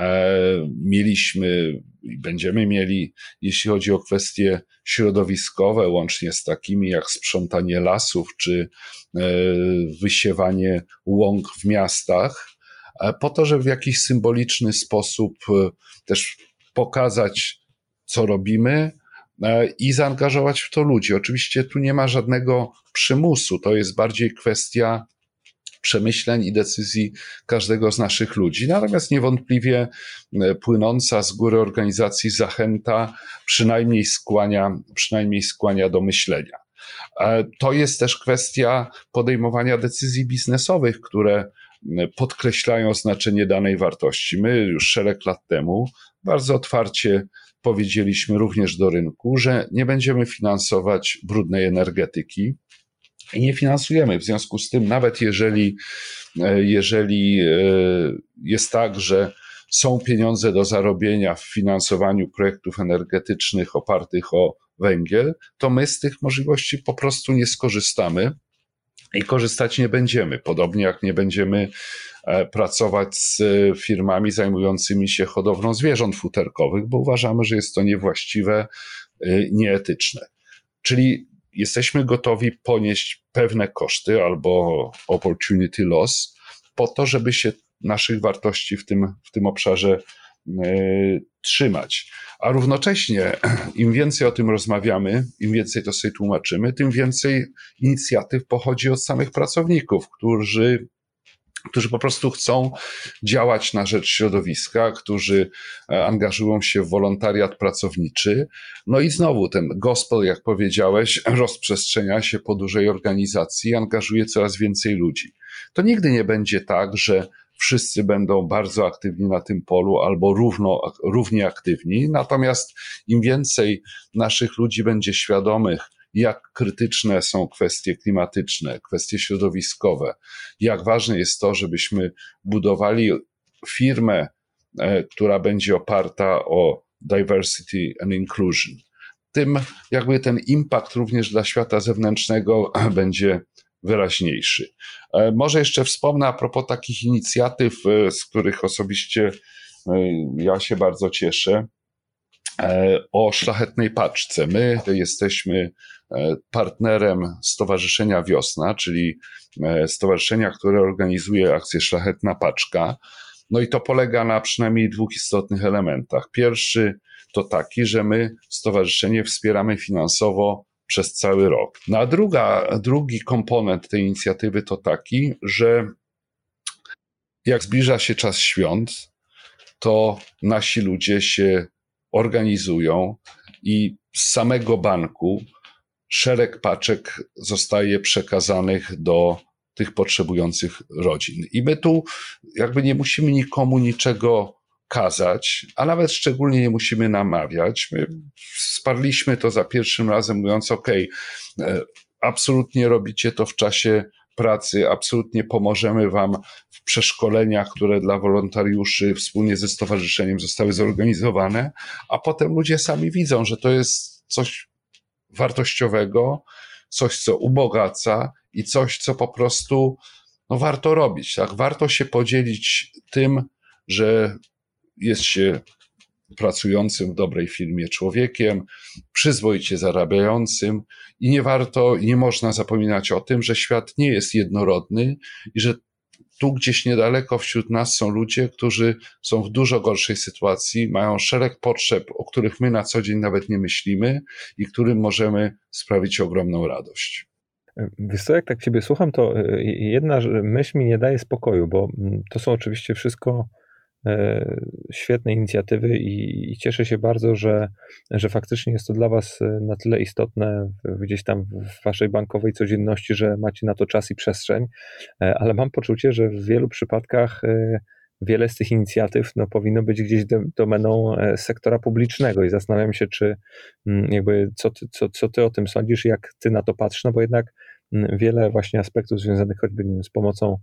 mieliśmy i będziemy mieli, jeśli chodzi o kwestie środowiskowe, łącznie z takimi jak sprzątanie lasów czy wysiewanie łąk w miastach, po to, żeby w jakiś symboliczny sposób też pokazać, co robimy i zaangażować w to ludzi. Oczywiście tu nie ma żadnego przymusu, to jest bardziej kwestia przemyśleń i decyzji każdego z naszych ludzi. Natomiast niewątpliwie płynąca z góry organizacji zachęta przynajmniej skłania do myślenia. To jest też kwestia podejmowania decyzji biznesowych, które podkreślają znaczenie danej wartości. My już szereg lat temu bardzo otwarcie powiedzieliśmy również do rynku, że nie będziemy finansować brudnej energetyki i nie finansujemy. W związku z tym, nawet jeżeli jest tak, że są pieniądze do zarobienia w finansowaniu projektów energetycznych opartych o węgiel, to my z tych możliwości po prostu nie skorzystamy i korzystać nie będziemy. Podobnie jak nie będziemy pracować z firmami zajmującymi się hodowlą zwierząt futerkowych, bo uważamy, że jest to niewłaściwe, nieetyczne. Czyli jesteśmy gotowi ponieść pewne koszty albo opportunity loss po to, żeby się naszych wartości w tym obszarze trzymać. A równocześnie im więcej o tym rozmawiamy, im więcej to sobie tłumaczymy, tym więcej inicjatyw pochodzi od samych pracowników, którzy którzy po prostu chcą działać na rzecz środowiska, którzy angażują się w wolontariat pracowniczy. No i znowu ten gospel, jak powiedziałeś, rozprzestrzenia się po dużej organizacji, angażuje coraz więcej ludzi. To nigdy nie będzie tak, że wszyscy będą bardzo aktywni na tym polu albo równie aktywni, natomiast im więcej naszych ludzi będzie świadomych, jak krytyczne są kwestie klimatyczne, kwestie środowiskowe, jak ważne jest to, żebyśmy budowali firmę, która będzie oparta o diversity and inclusion. Tym jakby ten impact również dla świata zewnętrznego będzie wyraźniejszy. Może jeszcze wspomnę a propos takich inicjatyw, z których osobiście ja się bardzo cieszę, o Szlachetnej Paczce. My jesteśmy partnerem Stowarzyszenia Wiosna, czyli stowarzyszenia, które organizuje akcję Szlachetna Paczka. No i to polega na przynajmniej dwóch istotnych elementach. Pierwszy to taki, że my stowarzyszenie wspieramy finansowo przez cały rok. No a drugi komponent tej inicjatywy to taki, że jak zbliża się czas świąt, to nasi ludzie się organizują i z samego banku szereg paczek zostaje przekazanych do tych potrzebujących rodzin. I my tu jakby nie musimy nikomu niczego kazać, a nawet szczególnie nie musimy namawiać. My wsparliśmy to za pierwszym razem, mówiąc absolutnie robicie to w czasie pracy, absolutnie pomożemy wam w przeszkoleniach, które dla wolontariuszy wspólnie ze stowarzyszeniem zostały zorganizowane, a potem ludzie sami widzą, że to jest coś wartościowego, coś, co ubogaca i coś, co po prostu warto robić. Tak? Warto się podzielić tym, że jest się pracującym w dobrej firmie człowiekiem, przyzwoicie zarabiającym i nie można zapominać o tym, że świat nie jest jednorodny i że tu gdzieś niedaleko wśród nas są ludzie, którzy są w dużo gorszej sytuacji, mają szereg potrzeb, o których my na co dzień nawet nie myślimy i którym możemy sprawić ogromną radość. Wiesz co, jak tak ciebie słucham, to jedna myśl mi nie daje spokoju, bo to są oczywiście wszystko świetne inicjatywy i cieszę się bardzo, że faktycznie jest to dla was na tyle istotne gdzieś tam w waszej bankowej codzienności, że macie na to czas i przestrzeń, ale mam poczucie, że w wielu przypadkach wiele z tych inicjatyw powinno być gdzieś domeną sektora publicznego i zastanawiam się, czy jakby co ty o tym sądzisz, jak ty na to patrzysz, no bo jednak wiele właśnie aspektów związanych choćby z pomocą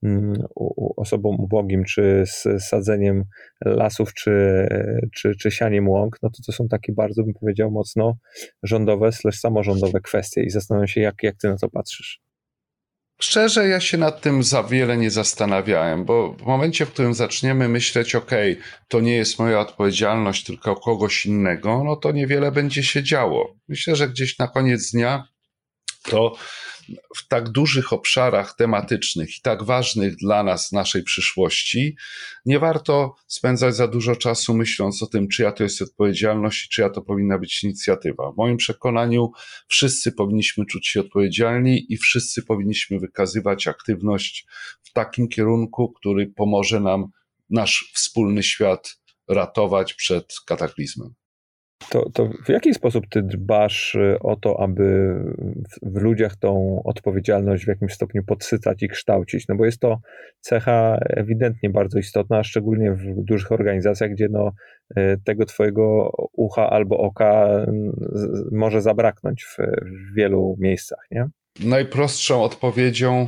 osobom ubogim, czy z sadzeniem lasów, czy sianiem łąk, no to są takie bardzo, bym powiedział, mocno rządowe / samorządowe kwestie i zastanawiam się, jak ty na to patrzysz. Szczerze, ja się nad tym za wiele nie zastanawiałem, bo w momencie, w którym zaczniemy myśleć, to nie jest moja odpowiedzialność, tylko kogoś innego, no to niewiele będzie się działo. Myślę, że gdzieś na koniec dnia to w tak dużych obszarach tematycznych i tak ważnych dla nas, naszej przyszłości, nie warto spędzać za dużo czasu myśląc o tym, czyja to jest odpowiedzialność i czyja to powinna być inicjatywa. W moim przekonaniu wszyscy powinniśmy czuć się odpowiedzialni i wszyscy powinniśmy wykazywać aktywność w takim kierunku, który pomoże nam nasz wspólny świat ratować przed kataklizmem. To w jaki sposób ty dbasz o to, aby w ludziach tą odpowiedzialność w jakimś stopniu podsycać i kształcić? No bo jest to cecha ewidentnie bardzo istotna, szczególnie w dużych organizacjach, gdzie tego twojego ucha albo oka może zabraknąć w wielu miejscach, nie? Najprostszą odpowiedzią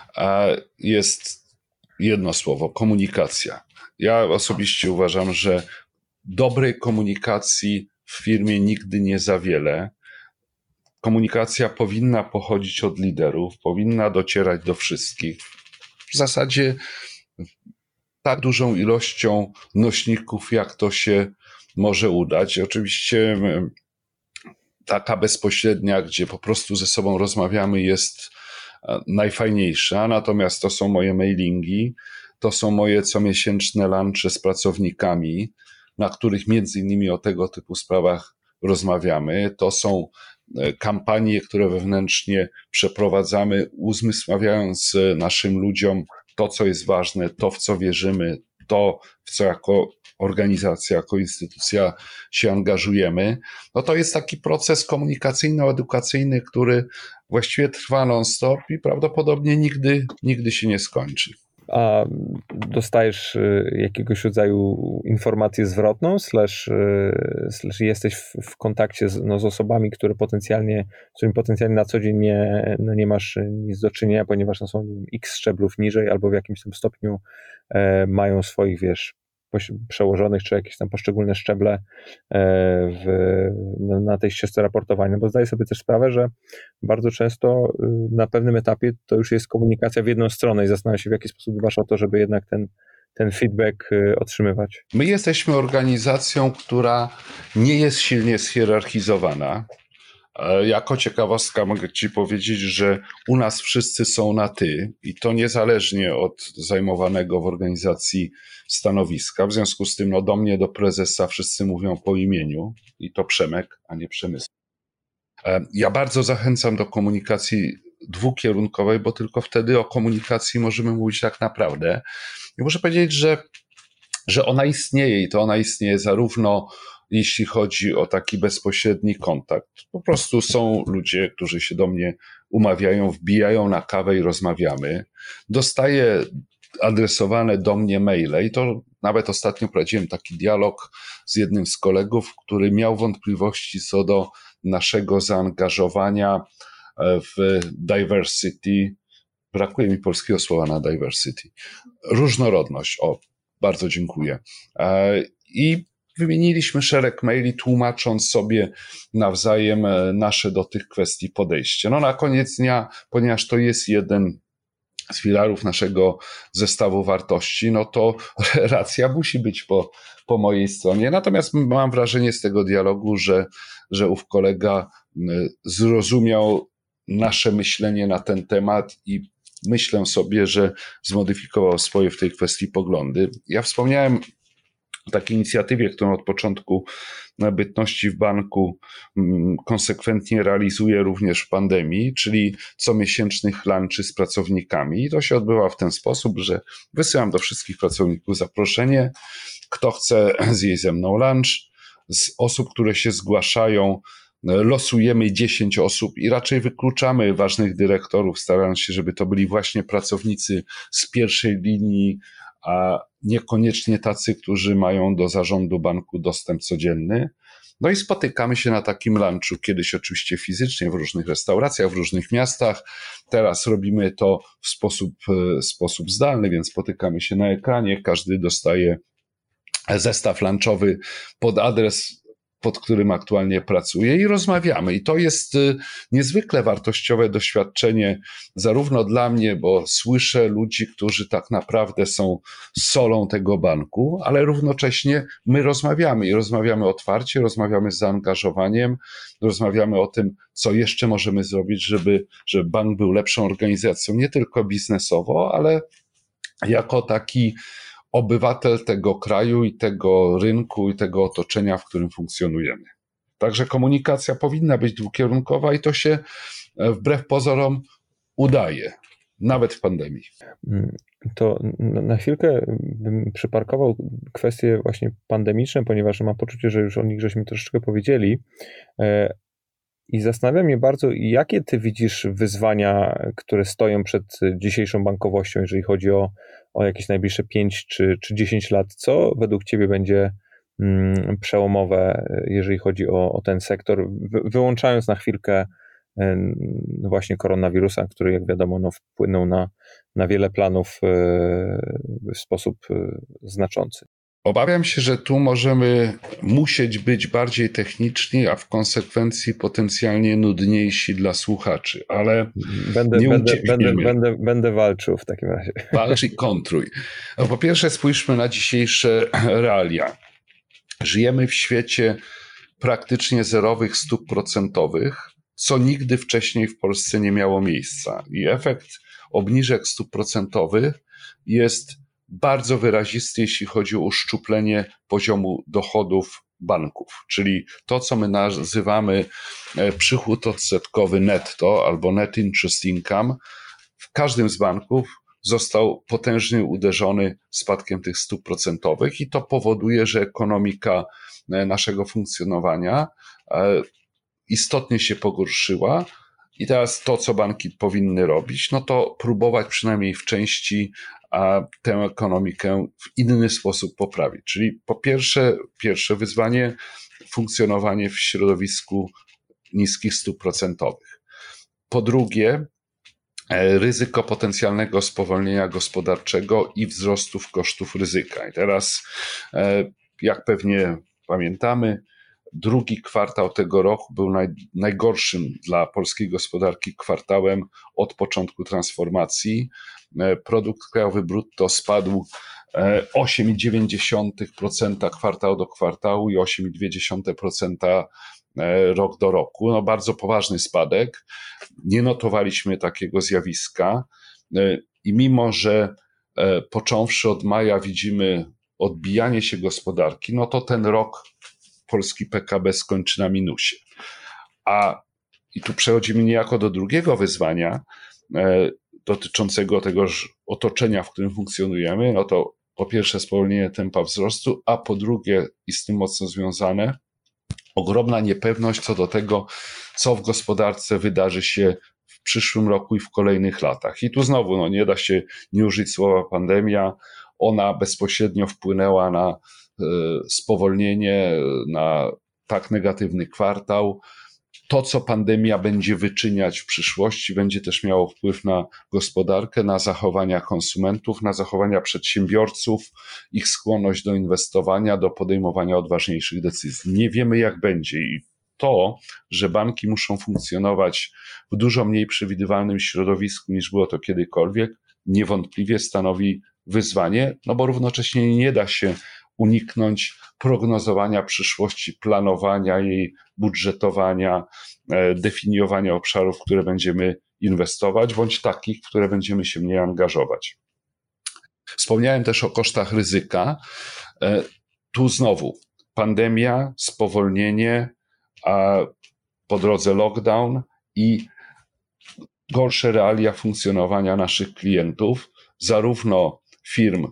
jest jedno słowo: komunikacja. Ja osobiście uważam, że dobrej komunikacji w firmie nigdy nie za wiele. Komunikacja powinna pochodzić od liderów, powinna docierać do wszystkich. W zasadzie tak dużą ilością nośników, jak to się może udać. Oczywiście taka bezpośrednia, gdzie po prostu ze sobą rozmawiamy, jest najfajniejsza, natomiast to są moje mailingi, to są moje comiesięczne lunchy z pracownikami, na których między innymi o tego typu sprawach rozmawiamy. To są kampanie, które wewnętrznie przeprowadzamy, uzmysławiając naszym ludziom, to, co jest ważne, to, w co wierzymy, to, w co jako organizacja, jako instytucja się angażujemy, no to jest taki proces komunikacyjno-edukacyjny, który właściwie trwa non-stop i prawdopodobnie nigdy się nie skończy. A dostajesz jakiegoś rodzaju informację zwrotną, slash jesteś w kontakcie z osobami, z którymi potencjalnie na co dzień nie masz nic do czynienia, ponieważ są x szczeblów niżej albo w jakimś tam stopniu mają swoich, przełożonych, czy jakieś tam poszczególne szczeble na tej ścieżce raportowania, no bo zdaję sobie też sprawę, że bardzo często na pewnym etapie to już jest komunikacja w jedną stronę i zastanawiam się, w jaki sposób dbasz o to, żeby jednak ten feedback otrzymywać. My jesteśmy organizacją, która nie jest silnie schierarchizowana. Jako ciekawostka mogę Ci powiedzieć, że u nas wszyscy są na ty i to niezależnie od zajmowanego w organizacji stanowiska. W związku z tym do mnie, do prezesa wszyscy mówią po imieniu i to Przemek, a nie Przemysł. Ja bardzo zachęcam do komunikacji dwukierunkowej, bo tylko wtedy o komunikacji możemy mówić tak naprawdę. I muszę powiedzieć, że ona istnieje i to ona istnieje zarówno jeśli chodzi o taki bezpośredni kontakt. Po prostu są ludzie, którzy się do mnie umawiają, wbijają na kawę i rozmawiamy. Dostaję adresowane do mnie maile i to nawet ostatnio prowadziłem taki dialog z jednym z kolegów, który miał wątpliwości co do naszego zaangażowania w diversity. Brakuje mi polskiego słowa na diversity. Różnorodność. O, bardzo dziękuję. I wymieniliśmy szereg maili, tłumacząc sobie nawzajem nasze do tych kwestii podejście. No na koniec dnia, ponieważ to jest jeden z filarów naszego zestawu wartości, no to racja musi być po mojej stronie. Natomiast mam wrażenie z tego dialogu, że ów kolega zrozumiał nasze myślenie na ten temat i myślę sobie, że zmodyfikował swoje w tej kwestii poglądy. Ja wspomniałem o takiej inicjatywie, którą od początku bytności w banku konsekwentnie realizuję również w pandemii, czyli comiesięcznych lunchy z pracownikami. I to się odbywa w ten sposób, że wysyłam do wszystkich pracowników zaproszenie, kto chce zjeść ze mną lunch. Z osób, które się zgłaszają, losujemy 10 osób i raczej wykluczamy ważnych dyrektorów, starając się, żeby to byli właśnie pracownicy z pierwszej linii, a niekoniecznie tacy, którzy mają do zarządu banku dostęp codzienny. No i spotykamy się na takim lunchu, kiedyś oczywiście fizycznie w różnych restauracjach, w różnych miastach. Teraz robimy to w sposób zdalny, więc spotykamy się na ekranie. Każdy dostaje zestaw lunchowy pod adres, pod którym aktualnie pracuję i rozmawiamy. I to jest niezwykle wartościowe doświadczenie zarówno dla mnie, bo słyszę ludzi, którzy tak naprawdę są solą tego banku, ale równocześnie my rozmawiamy i rozmawiamy otwarcie, rozmawiamy z zaangażowaniem, rozmawiamy o tym, co jeszcze możemy zrobić, żeby bank był lepszą organizacją, nie tylko biznesowo, ale jako taki obywatel tego kraju i tego rynku i tego otoczenia, w którym funkcjonujemy. Także komunikacja powinna być dwukierunkowa i to się wbrew pozorom udaje, nawet w pandemii. To na chwilkę bym przyparkował kwestie właśnie pandemiczne, ponieważ mam poczucie, że już o nich żeśmy troszeczkę powiedzieli. I zastanawia mnie bardzo, jakie ty widzisz wyzwania, które stoją przed dzisiejszą bankowością, jeżeli chodzi o jakieś najbliższe 5 czy 10 lat. Co według ciebie będzie przełomowe, jeżeli chodzi o ten sektor, wyłączając na chwilkę właśnie koronawirusa, który jak wiadomo wpłynął na wiele planów w sposób znaczący. Obawiam się, że tu możemy musieć być bardziej techniczni, a w konsekwencji potencjalnie nudniejsi dla słuchaczy, ale Będę walczył w takim razie. Walcz i kontruj. No, po pierwsze spójrzmy na dzisiejsze realia. Żyjemy w świecie praktycznie zerowych stóp procentowych, co nigdy wcześniej w Polsce nie miało miejsca. I efekt obniżek stóp procentowych jest bardzo wyrazisty, jeśli chodzi o uszczuplenie poziomu dochodów banków, czyli to, co my nazywamy przychód odsetkowy netto albo net interest income. W każdym z banków został potężnie uderzony spadkiem tych stóp procentowych i to powoduje, że ekonomika naszego funkcjonowania istotnie się pogorszyła. I teraz to, co banki powinny robić, no to próbować przynajmniej w części tę ekonomikę w inny sposób poprawić. Czyli po pierwsze wyzwanie, funkcjonowanie w środowisku niskich stóp procentowych. Po drugie, ryzyko potencjalnego spowolnienia gospodarczego i wzrostów kosztów ryzyka. I teraz, jak pewnie pamiętamy, drugi kwartał tego roku był najgorszym dla polskiej gospodarki kwartałem od początku transformacji. Produkt krajowy brutto spadł 8,9% kwartał do kwartału i 8,2% rok do roku. No bardzo poważny spadek. Nie notowaliśmy takiego zjawiska i mimo, że począwszy od maja widzimy odbijanie się gospodarki, no to ten rok polski PKB skończy na minusie. I tu przechodzimy niejako do drugiego wyzwania dotyczącego tegoż otoczenia, w którym funkcjonujemy. No to po pierwsze spowolnienie tempa wzrostu, a po drugie i z tym mocno związane ogromna niepewność co do tego, co w gospodarce wydarzy się w przyszłym roku i w kolejnych latach. I tu znowu nie da się nie użyć słowa pandemia. Ona bezpośrednio wpłynęła na spowolnienie, na tak negatywny kwartał. To, co pandemia będzie wyczyniać w przyszłości, będzie też miało wpływ na gospodarkę, na zachowania konsumentów, na zachowania przedsiębiorców, ich skłonność do inwestowania, do podejmowania odważniejszych decyzji. Nie wiemy, jak będzie i to, że banki muszą funkcjonować w dużo mniej przewidywalnym środowisku niż było to kiedykolwiek, niewątpliwie stanowi wyzwanie, no bo równocześnie nie da się uniknąć prognozowania przyszłości, planowania jej, budżetowania, definiowania obszarów, w które będziemy inwestować, bądź takich, w które będziemy się mniej angażować. Wspomniałem też o kosztach ryzyka. Tu znowu pandemia, spowolnienie, a po drodze lockdown i gorsze realia funkcjonowania naszych klientów, zarówno firm,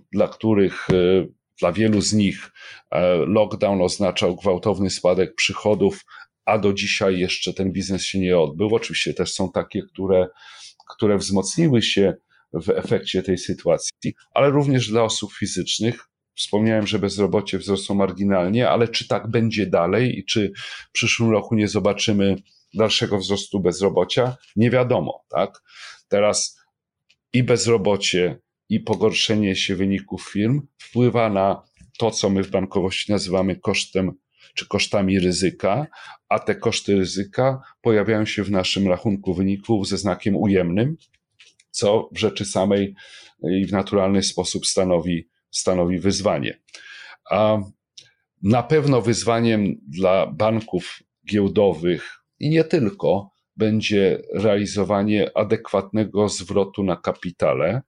dla wielu z nich lockdown oznaczał gwałtowny spadek przychodów, a do dzisiaj jeszcze ten biznes się nie odbył. Oczywiście też są takie, które wzmocniły się w efekcie tej sytuacji, ale również dla osób fizycznych. Wspomniałem, że bezrobocie wzrosło marginalnie, ale czy tak będzie dalej i czy w przyszłym roku nie zobaczymy dalszego wzrostu bezrobocia? Nie wiadomo, tak? Teraz i bezrobocie, i pogorszenie się wyników firm wpływa na to, co my w bankowości nazywamy kosztem czy kosztami ryzyka, a te koszty ryzyka pojawiają się w naszym rachunku wyników ze znakiem ujemnym, co w rzeczy samej i w naturalny sposób stanowi wyzwanie. A na pewno wyzwaniem dla banków giełdowych i nie tylko będzie realizowanie adekwatnego zwrotu na kapitale.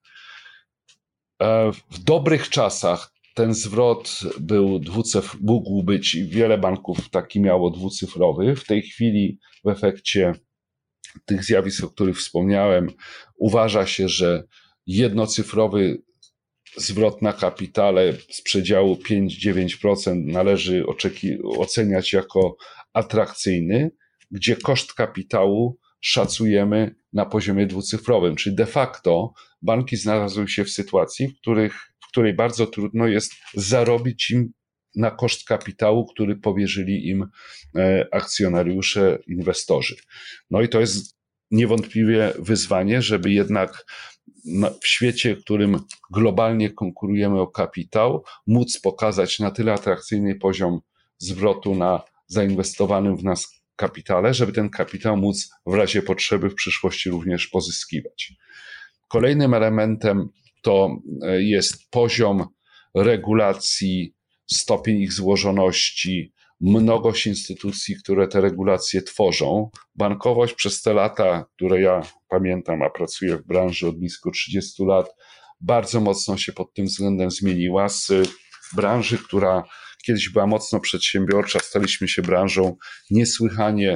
W dobrych czasach ten zwrot mógł być i wiele banków taki miało dwucyfrowy. W tej chwili w efekcie tych zjawisk, o których wspomniałem, uważa się, że jednocyfrowy zwrot na kapitale z przedziału 5-9% należy oceniać jako atrakcyjny, gdzie koszt kapitału szacujemy na poziomie dwucyfrowym, czyli de facto banki znalazły się w sytuacji, w której bardzo trudno jest zarobić im na koszt kapitału, który powierzyli im akcjonariusze, inwestorzy. No i to jest niewątpliwie wyzwanie, żeby jednak w świecie, w którym globalnie konkurujemy o kapitał, móc pokazać na tyle atrakcyjny poziom zwrotu na zainwestowanym w nas kapitale, żeby ten kapitał móc w razie potrzeby w przyszłości również pozyskiwać. Kolejnym elementem to jest poziom regulacji, stopień ich złożoności, mnogość instytucji, które te regulacje tworzą. Bankowość przez te lata, które ja pamiętam, a pracuję w branży od blisko 30 lat, bardzo mocno się pod tym względem zmieniła. Z branży, która kiedyś była mocno przedsiębiorcza, staliśmy się branżą niesłychanie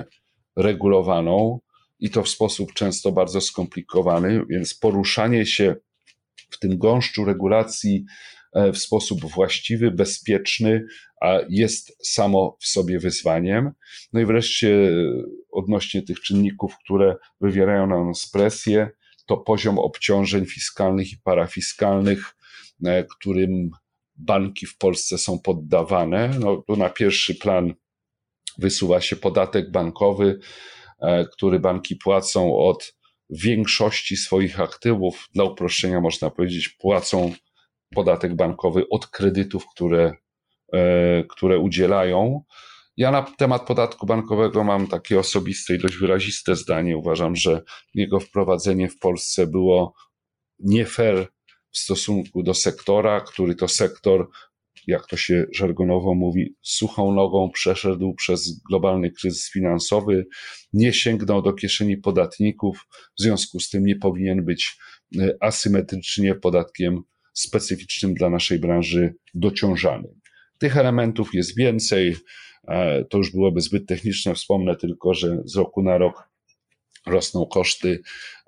regulowaną i to w sposób często bardzo skomplikowany, więc poruszanie się w tym gąszczu regulacji w sposób właściwy, bezpieczny, a jest samo w sobie wyzwaniem. No i wreszcie odnośnie tych czynników, które wywierają na nas presję, to poziom obciążeń fiskalnych i parafiskalnych, którym banki w Polsce są poddawane. No, tu na pierwszy plan wysuwa się podatek bankowy, który banki płacą od większości swoich aktywów. Dla uproszczenia można powiedzieć, płacą podatek bankowy od kredytów, które udzielają. Ja na temat podatku bankowego mam takie osobiste i dość wyraziste zdanie. Uważam, że jego wprowadzenie w Polsce było nie fair w stosunku do sektora, który to sektor, jak to się żargonowo mówi, suchą nogą przeszedł przez globalny kryzys finansowy, nie sięgnął do kieszeni podatników, w związku z tym nie powinien być asymetrycznie podatkiem specyficznym dla naszej branży dociążany. Tych elementów jest więcej, to już byłoby zbyt techniczne, wspomnę tylko, że z roku na rok rosną koszty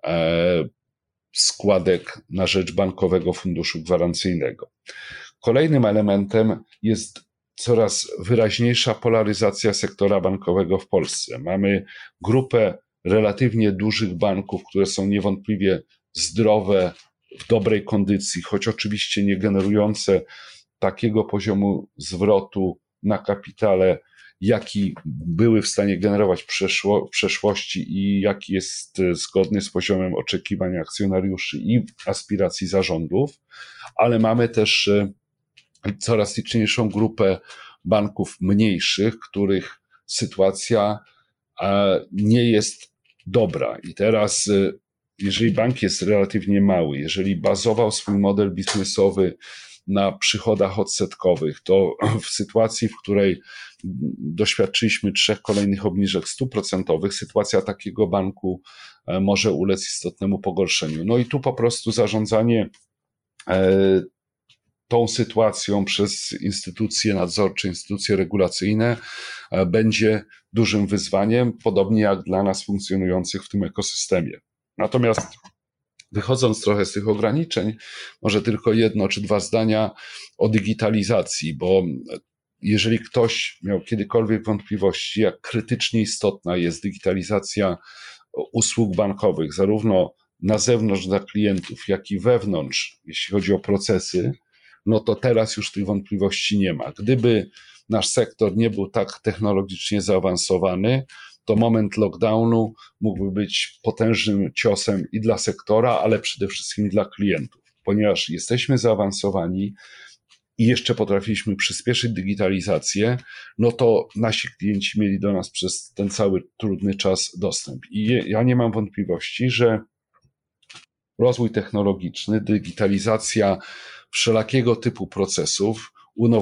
składek na rzecz Bankowego Funduszu Gwarancyjnego. Kolejnym elementem jest coraz wyraźniejsza polaryzacja sektora bankowego w Polsce. Mamy grupę relatywnie dużych banków, które są niewątpliwie zdrowe, w dobrej kondycji, choć oczywiście nie generujące takiego poziomu zwrotu na kapitale, jaki były w stanie generować w przeszłości i jaki jest zgodny z poziomem oczekiwań akcjonariuszy i aspiracji zarządów, ale mamy też coraz liczniejszą grupę banków mniejszych, których sytuacja nie jest dobra. I teraz, jeżeli bank jest relatywnie mały, jeżeli bazował swój model biznesowy na przychodach odsetkowych, to w sytuacji, w której doświadczyliśmy 3 kolejnych obniżek stóp procentowych, sytuacja takiego banku może ulec istotnemu pogorszeniu. No i tu po prostu zarządzanie tą sytuacją przez instytucje nadzorcze, instytucje regulacyjne będzie dużym wyzwaniem, podobnie jak dla nas funkcjonujących w tym ekosystemie. Natomiast wychodząc trochę z tych ograniczeń, może tylko 1 czy 2 zdania o digitalizacji, bo jeżeli ktoś miał kiedykolwiek wątpliwości, jak krytycznie istotna jest digitalizacja usług bankowych, zarówno na zewnątrz dla klientów, jak i wewnątrz, jeśli chodzi o procesy, no to teraz już tych wątpliwości nie ma. Gdyby nasz sektor nie był tak technologicznie zaawansowany, to moment lockdownu mógłby być potężnym ciosem i dla sektora, ale przede wszystkim dla klientów, ponieważ jesteśmy zaawansowani i jeszcze potrafiliśmy przyspieszyć digitalizację, no to nasi klienci mieli do nas przez ten cały trudny czas dostęp. I ja nie mam wątpliwości, że rozwój technologiczny, digitalizacja wszelakiego typu procesów,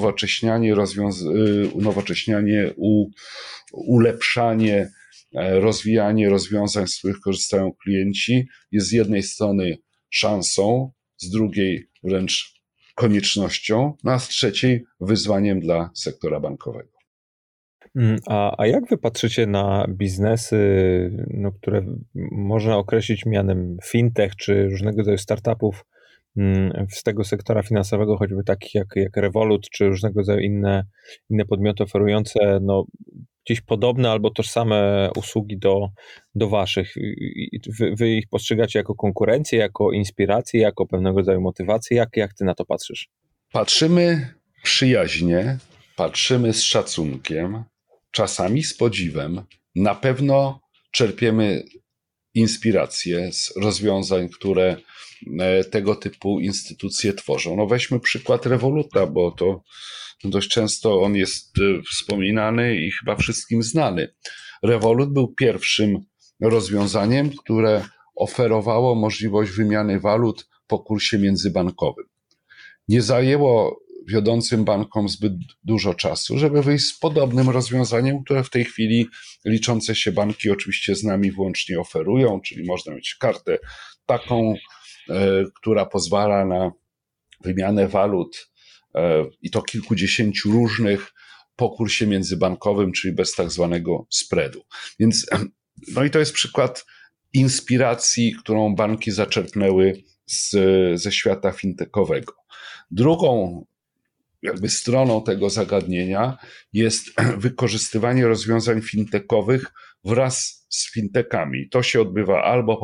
unowocześnianie, ulepszanie, rozwijanie rozwiązań, z których korzystają klienci, jest z jednej strony szansą, z drugiej wręcz koniecznością, no a z trzeciej wyzwaniem dla sektora bankowego. A jak wy patrzycie na biznesy, które można określić mianem fintech czy różnego rodzaju startupów z tego sektora finansowego, choćby takich jak Revolut czy różnego rodzaju inne podmioty oferujące gdzieś podobne albo tożsame usługi do waszych? Wy ich postrzegacie jako konkurencję, jako inspirację, jako pewnego rodzaju motywację? Jak ty na to patrzysz? Patrzymy przyjaźnie, patrzymy z szacunkiem, czasami z podziwem. Na pewno czerpiemy inspiracje z rozwiązań, które tego typu instytucje tworzą. No weźmy przykład Revoluta, bo to dość często on jest wspominany i chyba wszystkim znany. Revolut był pierwszym rozwiązaniem, które oferowało możliwość wymiany walut po kursie międzybankowym. Nie zajęło wiodącym bankom zbyt dużo czasu, żeby wyjść z podobnym rozwiązaniem, które w tej chwili liczące się banki oczywiście z nami włącznie oferują, czyli można mieć kartę taką, która pozwala na wymianę walut i to kilkudziesięciu różnych po kursie międzybankowym, czyli bez tak zwanego spreadu. Więc no i to jest przykład inspiracji, którą banki zaczerpnęły ze świata fintechowego. Drugą jakby stroną tego zagadnienia jest wykorzystywanie rozwiązań fintechowych wraz z fintechami. To się odbywa albo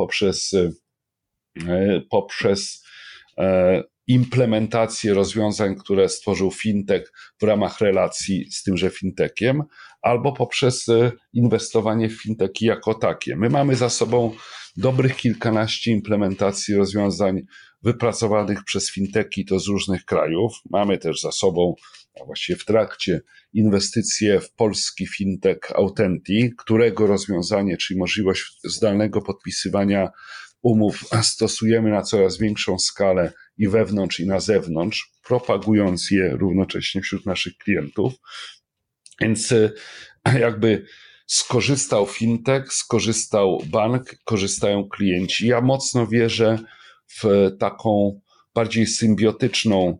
poprzez implementację rozwiązań, które stworzył fintech w ramach relacji z tymże fintechem, albo poprzez inwestowanie w fintechy jako takie. My mamy za sobą dobrych kilkanaście implementacji rozwiązań wypracowanych przez fintechy, to z różnych krajów. Mamy też za sobą, a właściwie w trakcie, inwestycje w polski fintech Authenti, którego rozwiązanie, czyli możliwość zdalnego podpisywania umów, stosujemy na coraz większą skalę i wewnątrz, i na zewnątrz, propagując je równocześnie wśród naszych klientów. Więc jakby skorzystał fintech, skorzystał bank, korzystają klienci. Ja mocno wierzę w taką bardziej symbiotyczną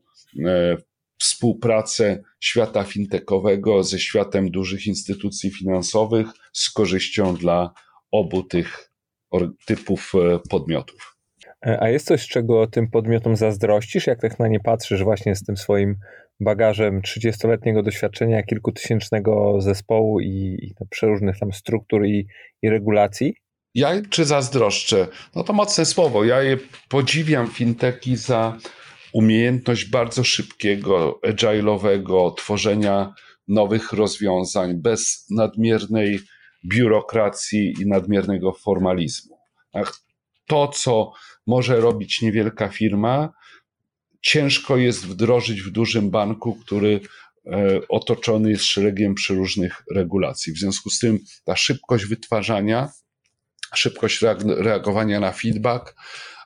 współpracę świata fintechowego ze światem dużych instytucji finansowych z korzyścią dla obu tych typów podmiotów. A jest coś, czego tym podmiotom zazdrościsz, jak tak na nie patrzysz właśnie z tym swoim bagażem 30-letniego doświadczenia, kilkutysięcznego zespołu i przeróżnych tam struktur i regulacji? Ja czy zazdroszczę? No to mocne słowo. Ja je podziwiam fintechy za umiejętność bardzo szybkiego, agile'owego tworzenia nowych rozwiązań bez nadmiernej biurokracji i nadmiernego formalizmu. To, co może robić niewielka firma, ciężko jest wdrożyć w dużym banku, który otoczony jest szeregiem przeróżnych regulacji. W związku z tym ta szybkość wytwarzania, szybkość reagowania na feedback,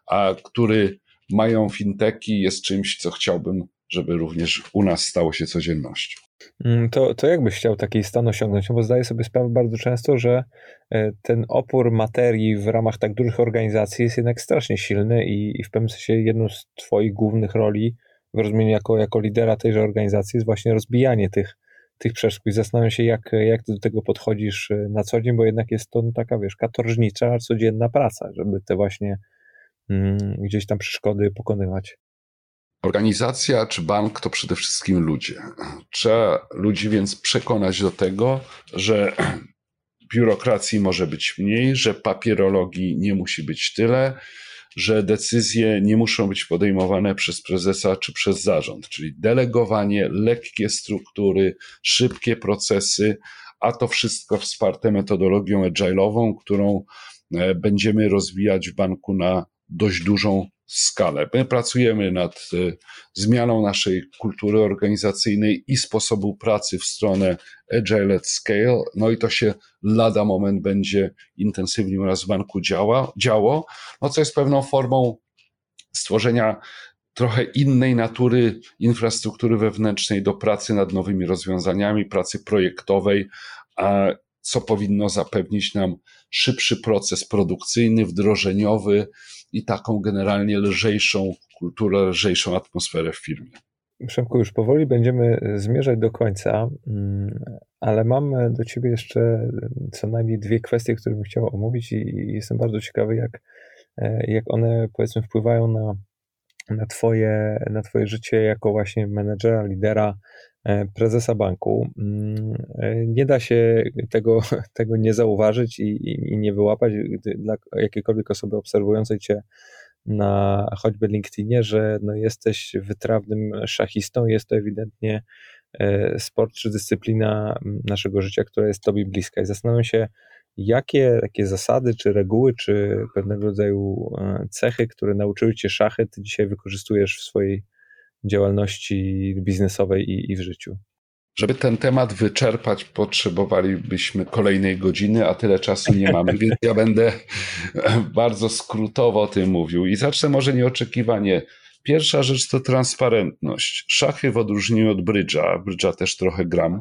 który mają fintechy, jest czymś, co chciałbym, żeby również u nas stało się codziennością. To jakbyś chciał taki stan osiągnąć? No bo zdaję sobie sprawę bardzo często, że ten opór materii w ramach tak dużych organizacji jest jednak strasznie silny i w pewnym sensie jedną z twoich głównych roli w rozumieniu jako lidera tejże organizacji jest właśnie rozbijanie tych przeszkód. Zastanawiam się, jak ty do tego podchodzisz na co dzień, bo jednak jest to taka, katorżnicza, codzienna praca, żeby te właśnie gdzieś tam przeszkody pokonywać. Organizacja czy bank to przede wszystkim ludzie. Trzeba ludzi więc przekonać do tego, że biurokracji może być mniej, że papierologii nie musi być tyle, że decyzje nie muszą być podejmowane przez prezesa czy przez zarząd, czyli delegowanie, lekkie struktury, szybkie procesy, a to wszystko wsparte metodologią agile'ową, którą będziemy rozwijać w banku na dość dużą skalę. My pracujemy nad zmianą naszej kultury organizacyjnej i sposobu pracy w stronę Agile at Scale, no i to się lada moment będzie intensywnie u nas w banku działo, no co jest pewną formą stworzenia trochę innej natury infrastruktury wewnętrznej do pracy nad nowymi rozwiązaniami, pracy projektowej, a co powinno zapewnić nam szybszy proces produkcyjny, wdrożeniowy i taką generalnie lżejszą kulturę, lżejszą atmosferę w firmie. Przemku, już powoli będziemy zmierzać do końca, ale mam do ciebie jeszcze co najmniej dwie kwestie, które bym chciał omówić i jestem bardzo ciekawy, jak one, powiedzmy, wpływają na twoje życie jako właśnie menedżera, lidera, prezesa banku. Nie da się tego nie zauważyć i nie wyłapać dla jakiejkolwiek osoby obserwującej cię na choćby LinkedInie, że no jesteś wytrawnym szachistą, jest to ewidentnie sport czy dyscyplina naszego życia, która jest tobie bliska. I zastanawiam się, jakie takie zasady, czy reguły, czy pewnego rodzaju cechy, które nauczyły cię szachy, ty dzisiaj wykorzystujesz w swojej działalności biznesowej i w życiu? Żeby ten temat wyczerpać, potrzebowalibyśmy kolejnej godziny, a tyle czasu nie mamy, więc ja będę bardzo skrótowo o tym mówił. I zacznę może nieoczekiwanie. Pierwsza rzecz to transparentność. Szachy w odróżnieniu od brydża też trochę gram,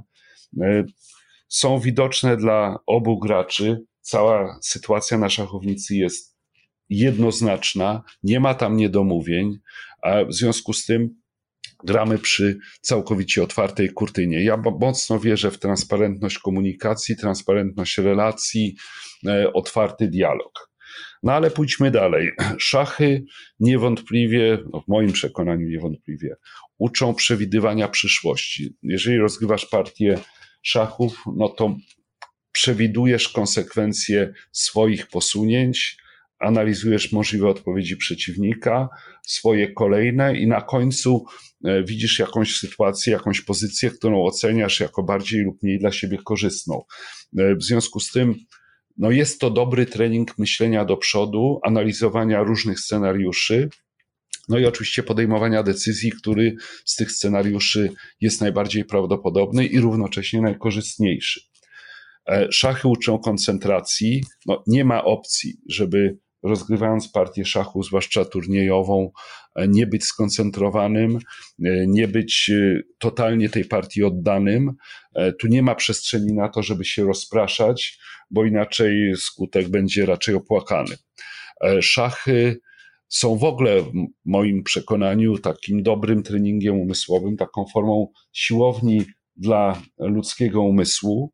są widoczne dla obu graczy. Cała sytuacja na szachownicy jest jednoznaczna, nie ma tam niedomówień, a w związku z tym gramy przy całkowicie otwartej kurtynie. Ja mocno wierzę w transparentność komunikacji, transparentność relacji, otwarty dialog. No ale pójdźmy dalej. Szachy niewątpliwie, w moim przekonaniu niewątpliwie, uczą przewidywania przyszłości. Jeżeli rozgrywasz partię szachów, no to przewidujesz konsekwencje swoich posunięć, analizujesz możliwe odpowiedzi przeciwnika, swoje kolejne i na końcu widzisz jakąś sytuację, jakąś pozycję, którą oceniasz jako bardziej lub mniej dla siebie korzystną. W związku z tym no jest to dobry trening myślenia do przodu, analizowania różnych scenariuszy, no i oczywiście podejmowania decyzji, który z tych scenariuszy jest najbardziej prawdopodobny i równocześnie najkorzystniejszy. Szachy uczą koncentracji. No, nie ma opcji, żeby rozgrywając partię szachu, zwłaszcza turniejową, nie być skoncentrowanym, nie być totalnie tej partii oddanym. Tu nie ma przestrzeni na to, żeby się rozpraszać, bo inaczej skutek będzie raczej opłakany. Szachy są w ogóle w moim przekonaniu takim dobrym treningiem umysłowym, taką formą siłowni dla ludzkiego umysłu,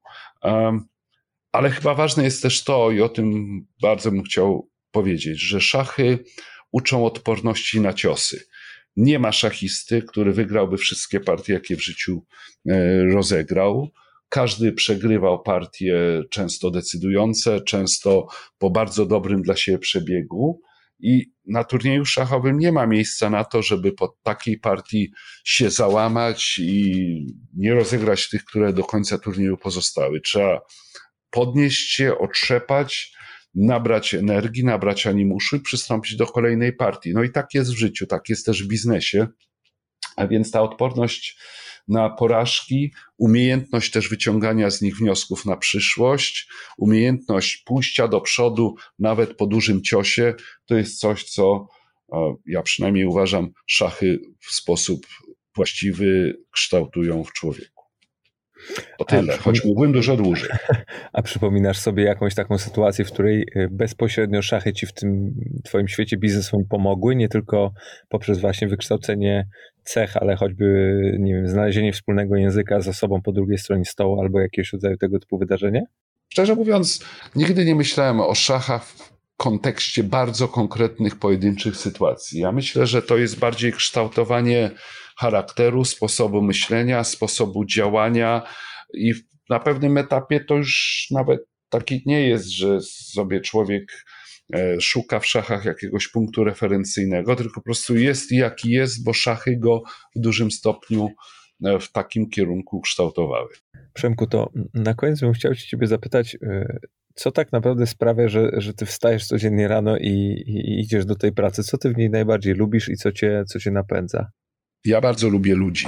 ale chyba ważne jest też to, i o tym bardzo bym chciał powiedzieć, że szachy uczą odporności na ciosy. Nie ma szachisty, który wygrałby wszystkie partie, jakie w życiu rozegrał. Każdy przegrywał partie często decydujące, często po bardzo dobrym dla siebie przebiegu. I na turnieju szachowym nie ma miejsca na to, żeby po takiej partii się załamać i nie rozegrać tych, które do końca turnieju pozostały. Trzeba podnieść się, otrzepać, nabrać energii, nabrać animuszu i przystąpić do kolejnej partii. No i tak jest w życiu, tak jest też w biznesie. A więc ta odporność na porażki, umiejętność też wyciągania z nich wniosków na przyszłość, umiejętność pójścia do przodu nawet po dużym ciosie, to jest coś, co ja przynajmniej uważam, szachy w sposób właściwy kształtują w człowieku. To tyle, choć mógłbym dużo dłużej. A przypominasz sobie jakąś taką sytuację, w której bezpośrednio szachy ci w tym twoim świecie biznesowym pomogły, nie tylko poprzez właśnie wykształcenie cech, ale choćby, nie wiem, znalezienie wspólnego języka z osobą po drugiej stronie stołu albo jakiegoś rodzaju tego typu wydarzenie? Szczerze mówiąc, nigdy nie myślałem o szachach w kontekście bardzo konkretnych, pojedynczych sytuacji. Ja myślę, że to jest bardziej kształtowanie charakteru, sposobu myślenia, sposobu działania i na pewnym etapie to już nawet taki nie jest, że sobie człowiek szuka w szachach jakiegoś punktu referencyjnego, tylko po prostu jest jaki jest, bo szachy go w dużym stopniu w takim kierunku kształtowały. Przemku, to na koniec bym chciał ciebie zapytać, co tak naprawdę sprawia, że ty wstajesz codziennie rano i idziesz do tej pracy? Co ty w niej najbardziej lubisz i co cię napędza? Ja bardzo lubię ludzi,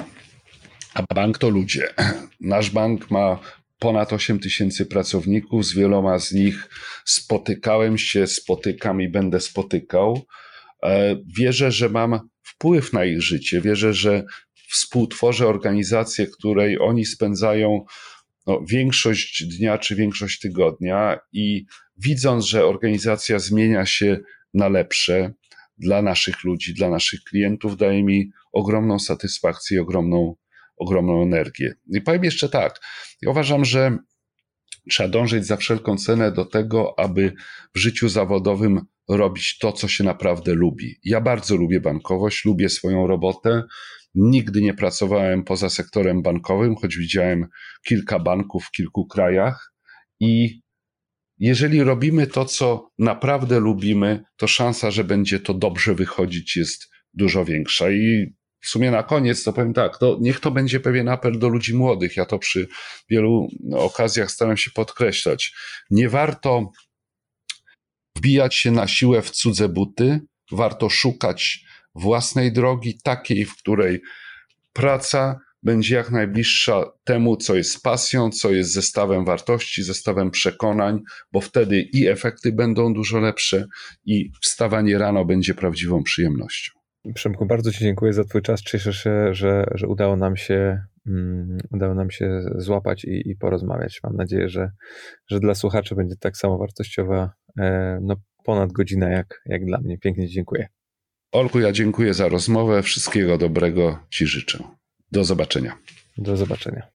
a bank to ludzie. Nasz bank ma ponad 8 000 pracowników, z wieloma z nich spotykałem się, spotykam i będę spotykał. Wierzę, że mam wpływ na ich życie, wierzę, że współtworzę organizację, której oni spędzają większość dnia czy większość tygodnia i widząc, że organizacja zmienia się na lepsze dla naszych ludzi, dla naszych klientów, daje mi ogromną satysfakcję, ogromną energię. I powiem jeszcze tak, ja uważam, że trzeba dążyć za wszelką cenę do tego, aby w życiu zawodowym robić to, co się naprawdę lubi. Ja bardzo lubię bankowość, lubię swoją robotę. Nigdy nie pracowałem poza sektorem bankowym, choć widziałem kilka banków w kilku krajach i jeżeli robimy to, co naprawdę lubimy, to szansa, że będzie to dobrze wychodzić, jest dużo większa. I w sumie na koniec to powiem tak, niech to będzie pewien apel do ludzi młodych. Ja to przy wielu okazjach staram się podkreślać. Nie warto wbijać się na siłę w cudze buty, warto szukać własnej drogi, takiej, w której praca będzie jak najbliższa temu, co jest pasją, co jest zestawem wartości, zestawem przekonań, bo wtedy i efekty będą dużo lepsze i wstawanie rano będzie prawdziwą przyjemnością. Przemku, bardzo ci dziękuję za twój czas. Cieszę się, że udało nam się złapać i porozmawiać. Mam nadzieję, że dla słuchaczy będzie tak samo wartościowa ponad godzina jak dla mnie. Pięknie ci dziękuję. Olku, ja dziękuję za rozmowę. Wszystkiego dobrego ci życzę. Do zobaczenia. Do zobaczenia.